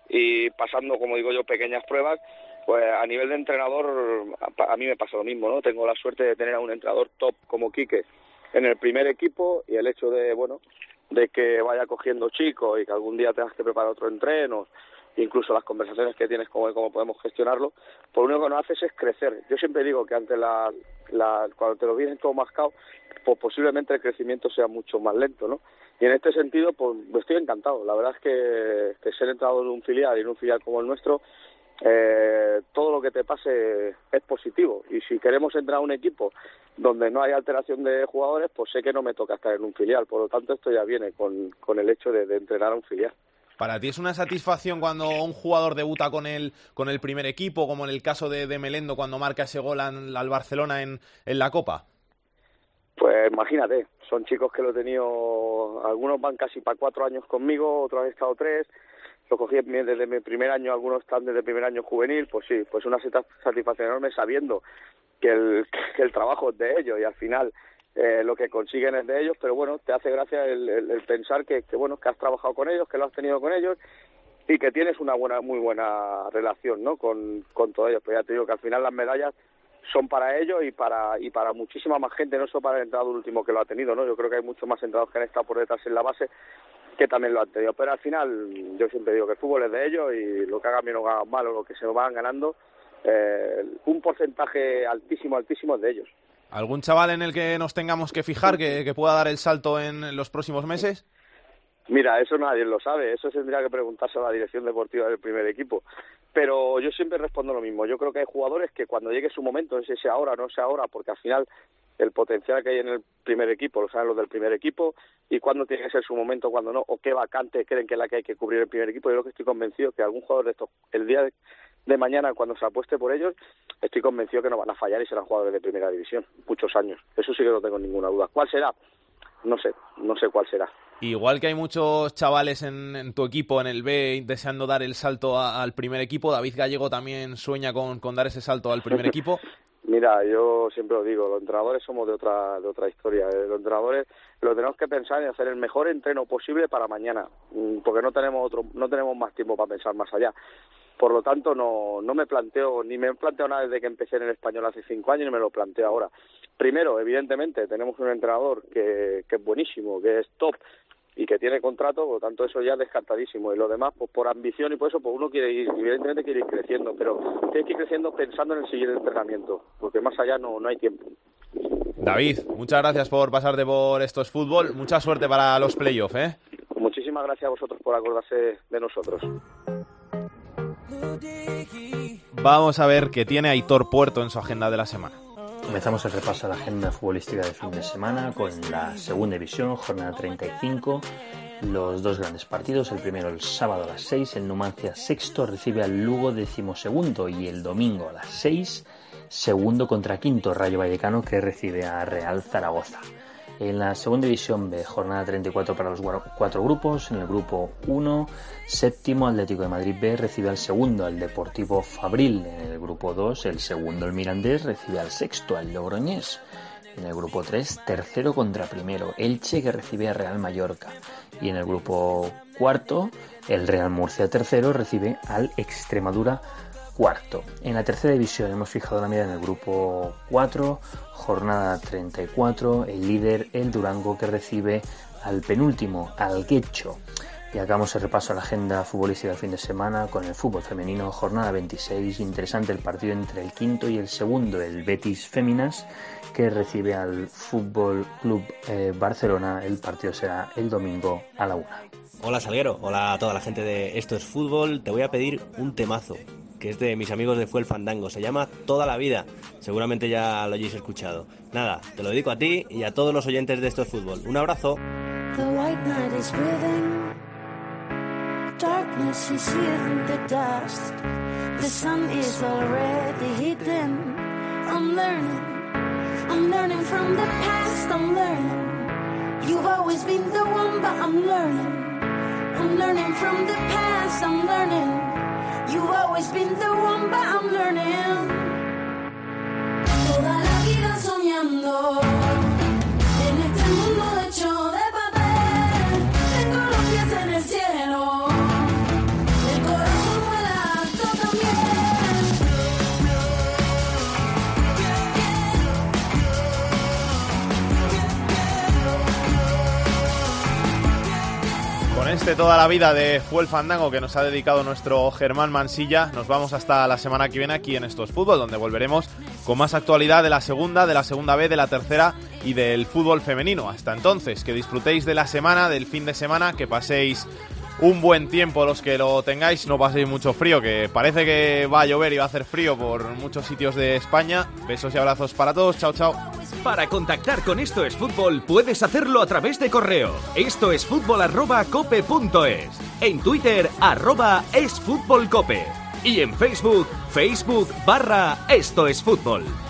y pasando, como digo yo, pequeñas pruebas, pues a nivel de entrenador a, a mí me pasa lo mismo, ¿no? Tengo la suerte de tener a un entrenador top como Quique en el primer equipo y el hecho de, bueno, de que vaya cogiendo chicos y que algún día tengas que preparar otro entreno, incluso las conversaciones que tienes como cómo podemos gestionarlo, pues lo único que nos haces es crecer. Yo siempre digo que ante la, la cuando te lo vienen todo mascado, pues posiblemente el crecimiento sea mucho más lento, ¿no? Y en este sentido, pues estoy encantado. La verdad es que, que ser entrenador en un filial y en un filial como el nuestro, eh, todo lo que te pase es positivo. Y si queremos entrar a un equipo donde no hay alteración de jugadores, pues sé que no me toca estar en un filial. Por lo tanto, esto ya viene con, con el hecho de, de entrenar a un filial. ¿Para ti es una satisfacción cuando un jugador debuta con el con el primer equipo, como en el caso de, de Melendo cuando marca ese gol al, al Barcelona en, en la Copa? Pues imagínate, son chicos que lo he tenido, algunos van casi para cuatro años conmigo, otros han estado tres, lo cogí desde mi primer año, algunos están desde el primer año juvenil, pues sí, pues una satisfacción enorme sabiendo que el, que el trabajo es de ellos y al final eh, lo que consiguen es de ellos, pero bueno, te hace gracia el, el, el pensar que, que bueno, que has trabajado con ellos, que lo has tenido con ellos y que tienes una buena, muy buena relación, ¿no? Con, con todos ellos, pero ya te digo que al final las medallas son para ellos y para y para muchísima más gente, no solo para el entrenador último que lo ha tenido, ¿no? Yo creo que hay muchos más entrenadores que han estado por detrás en la base que también lo han tenido, pero al final yo siempre digo que el fútbol es de ellos y lo que hagan bien o hagan mal o lo que se van ganando, eh, un porcentaje altísimo, altísimo es de ellos. ¿Algún chaval en el que nos tengamos que fijar que, que pueda dar el salto en los próximos meses? Mira, eso nadie lo sabe, eso se tendría que preguntarse a la dirección deportiva del primer equipo. Pero yo siempre respondo lo mismo. Yo creo que hay jugadores que cuando llegue su momento, no sé si ahora, no sé ahora, porque al final el potencial que hay en el primer equipo lo saben los del primer equipo y cuándo tiene que ser su momento, cuándo no, o qué vacante creen que es la que hay que cubrir el primer equipo. Yo lo que estoy convencido que algún jugador de estos, el día de, de mañana, cuando se apueste por ellos, estoy convencido que no van a fallar y serán jugadores de primera división, muchos años. Eso sí que no tengo ninguna duda. ¿Cuál será? no sé, no sé cuál será. Igual que hay muchos chavales en, en tu equipo, en el B, deseando dar el salto a, al primer equipo, David Gallego también sueña con, con dar ese salto al primer equipo. Mira, yo siempre lo digo, los entrenadores somos de otra de otra historia. ¿eh? Los entrenadores lo tenemos que pensar en hacer el mejor entreno posible para mañana, porque no tenemos otro, no tenemos más tiempo para pensar más allá. Por lo tanto, no no me planteo, ni me he planteado nada desde que empecé en el Español hace cinco años, ni me lo planteo ahora. Primero, evidentemente, tenemos un entrenador que, que es buenísimo, que es top, y que tiene contrato, por lo tanto eso ya es descartadísimo, y lo demás pues por ambición y por eso pues uno quiere ir, evidentemente quiere ir creciendo, pero tiene que ir creciendo pensando en el siguiente entrenamiento, porque más allá no, no hay tiempo. David, muchas gracias por pasarte por Esto es Fútbol, mucha suerte para los playoffs, ¿eh? Muchísimas gracias a vosotros por acordarse de nosotros. Vamos a ver qué tiene Aitor Puerto en su agenda de la semana. Comenzamos el repaso a la agenda futbolística de fin de semana con la segunda división, jornada treinta y cinco, los dos grandes partidos. El primero el sábado a las seis, el Numancia sexto recibe al Lugo decimosegundo, y el domingo a las seis, segundo contra quinto, Rayo Vallecano, que recibe a Real Zaragoza. En la segunda división B, jornada treinta y cuatro para los cuatro grupos. En el grupo uno, séptimo Atlético de Madrid B recibe al segundo, al Deportivo Fabril. En el grupo dos, el segundo, el Mirandés, recibe al sexto, al Logroñés. En el grupo tres, tercero contra primero, Elche, que recibe a Real Mallorca. Y en el grupo cuarto, el Real Murcia tercero recibe al Extremadura cuarto. En la tercera división hemos fijado la mirada en el grupo cuatro, jornada treinta y cuatro, el líder, el Durango, que recibe al penúltimo, al Guecho. Y hagamos el repaso a la agenda futbolística del fin de semana con el fútbol femenino, jornada veintiséis, interesante el partido entre el quinto y el segundo, el Betis Féminas, que recibe al Fútbol Club eh, Barcelona. El partido será el domingo a la una. Hola Salguero, hola a toda la gente de Esto es Fútbol. Te voy a pedir un temazo, que es de mis amigos de Fue el Fandango. Se llama Toda la Vida. Seguramente ya lo hayáis escuchado. Nada, te lo dedico a ti y a todos los oyentes de Esto es Fútbol. Un abrazo. The white night is breathing. Darkness is in the dust. The sun is already hidden. I'm learning. I'm learning from the past. I'm learning. You've always been the one, but I'm learning. I'm learning from the past. I'm learning. You've always been the one, but I'm learning. Toda la vida soñando en este mundo hecho de papel. Tengo los pies en el cielo, el corazón vuela alto también. Con este Toda la Vida de Fue el Fandango que nos ha dedicado nuestro Germán Mansilla, nos vamos hasta la semana que viene aquí en Esto es Fútbol, donde volveremos con más actualidad de la segunda, de la segunda B, de la tercera y del fútbol femenino. Hasta entonces, que disfrutéis de la semana, del fin de semana, que paséis un buen tiempo los que lo tengáis, no paséis mucho frío, que parece que va a llover y va a hacer frío por muchos sitios de España. Besos y abrazos para todos, chao chao. Para contactar con Esto es Fútbol puedes hacerlo a través de correo esto es fútbol arroba cope punto es, en Twitter arroba es fútbol cope y en Facebook, Facebook barra Esto es Fútbol.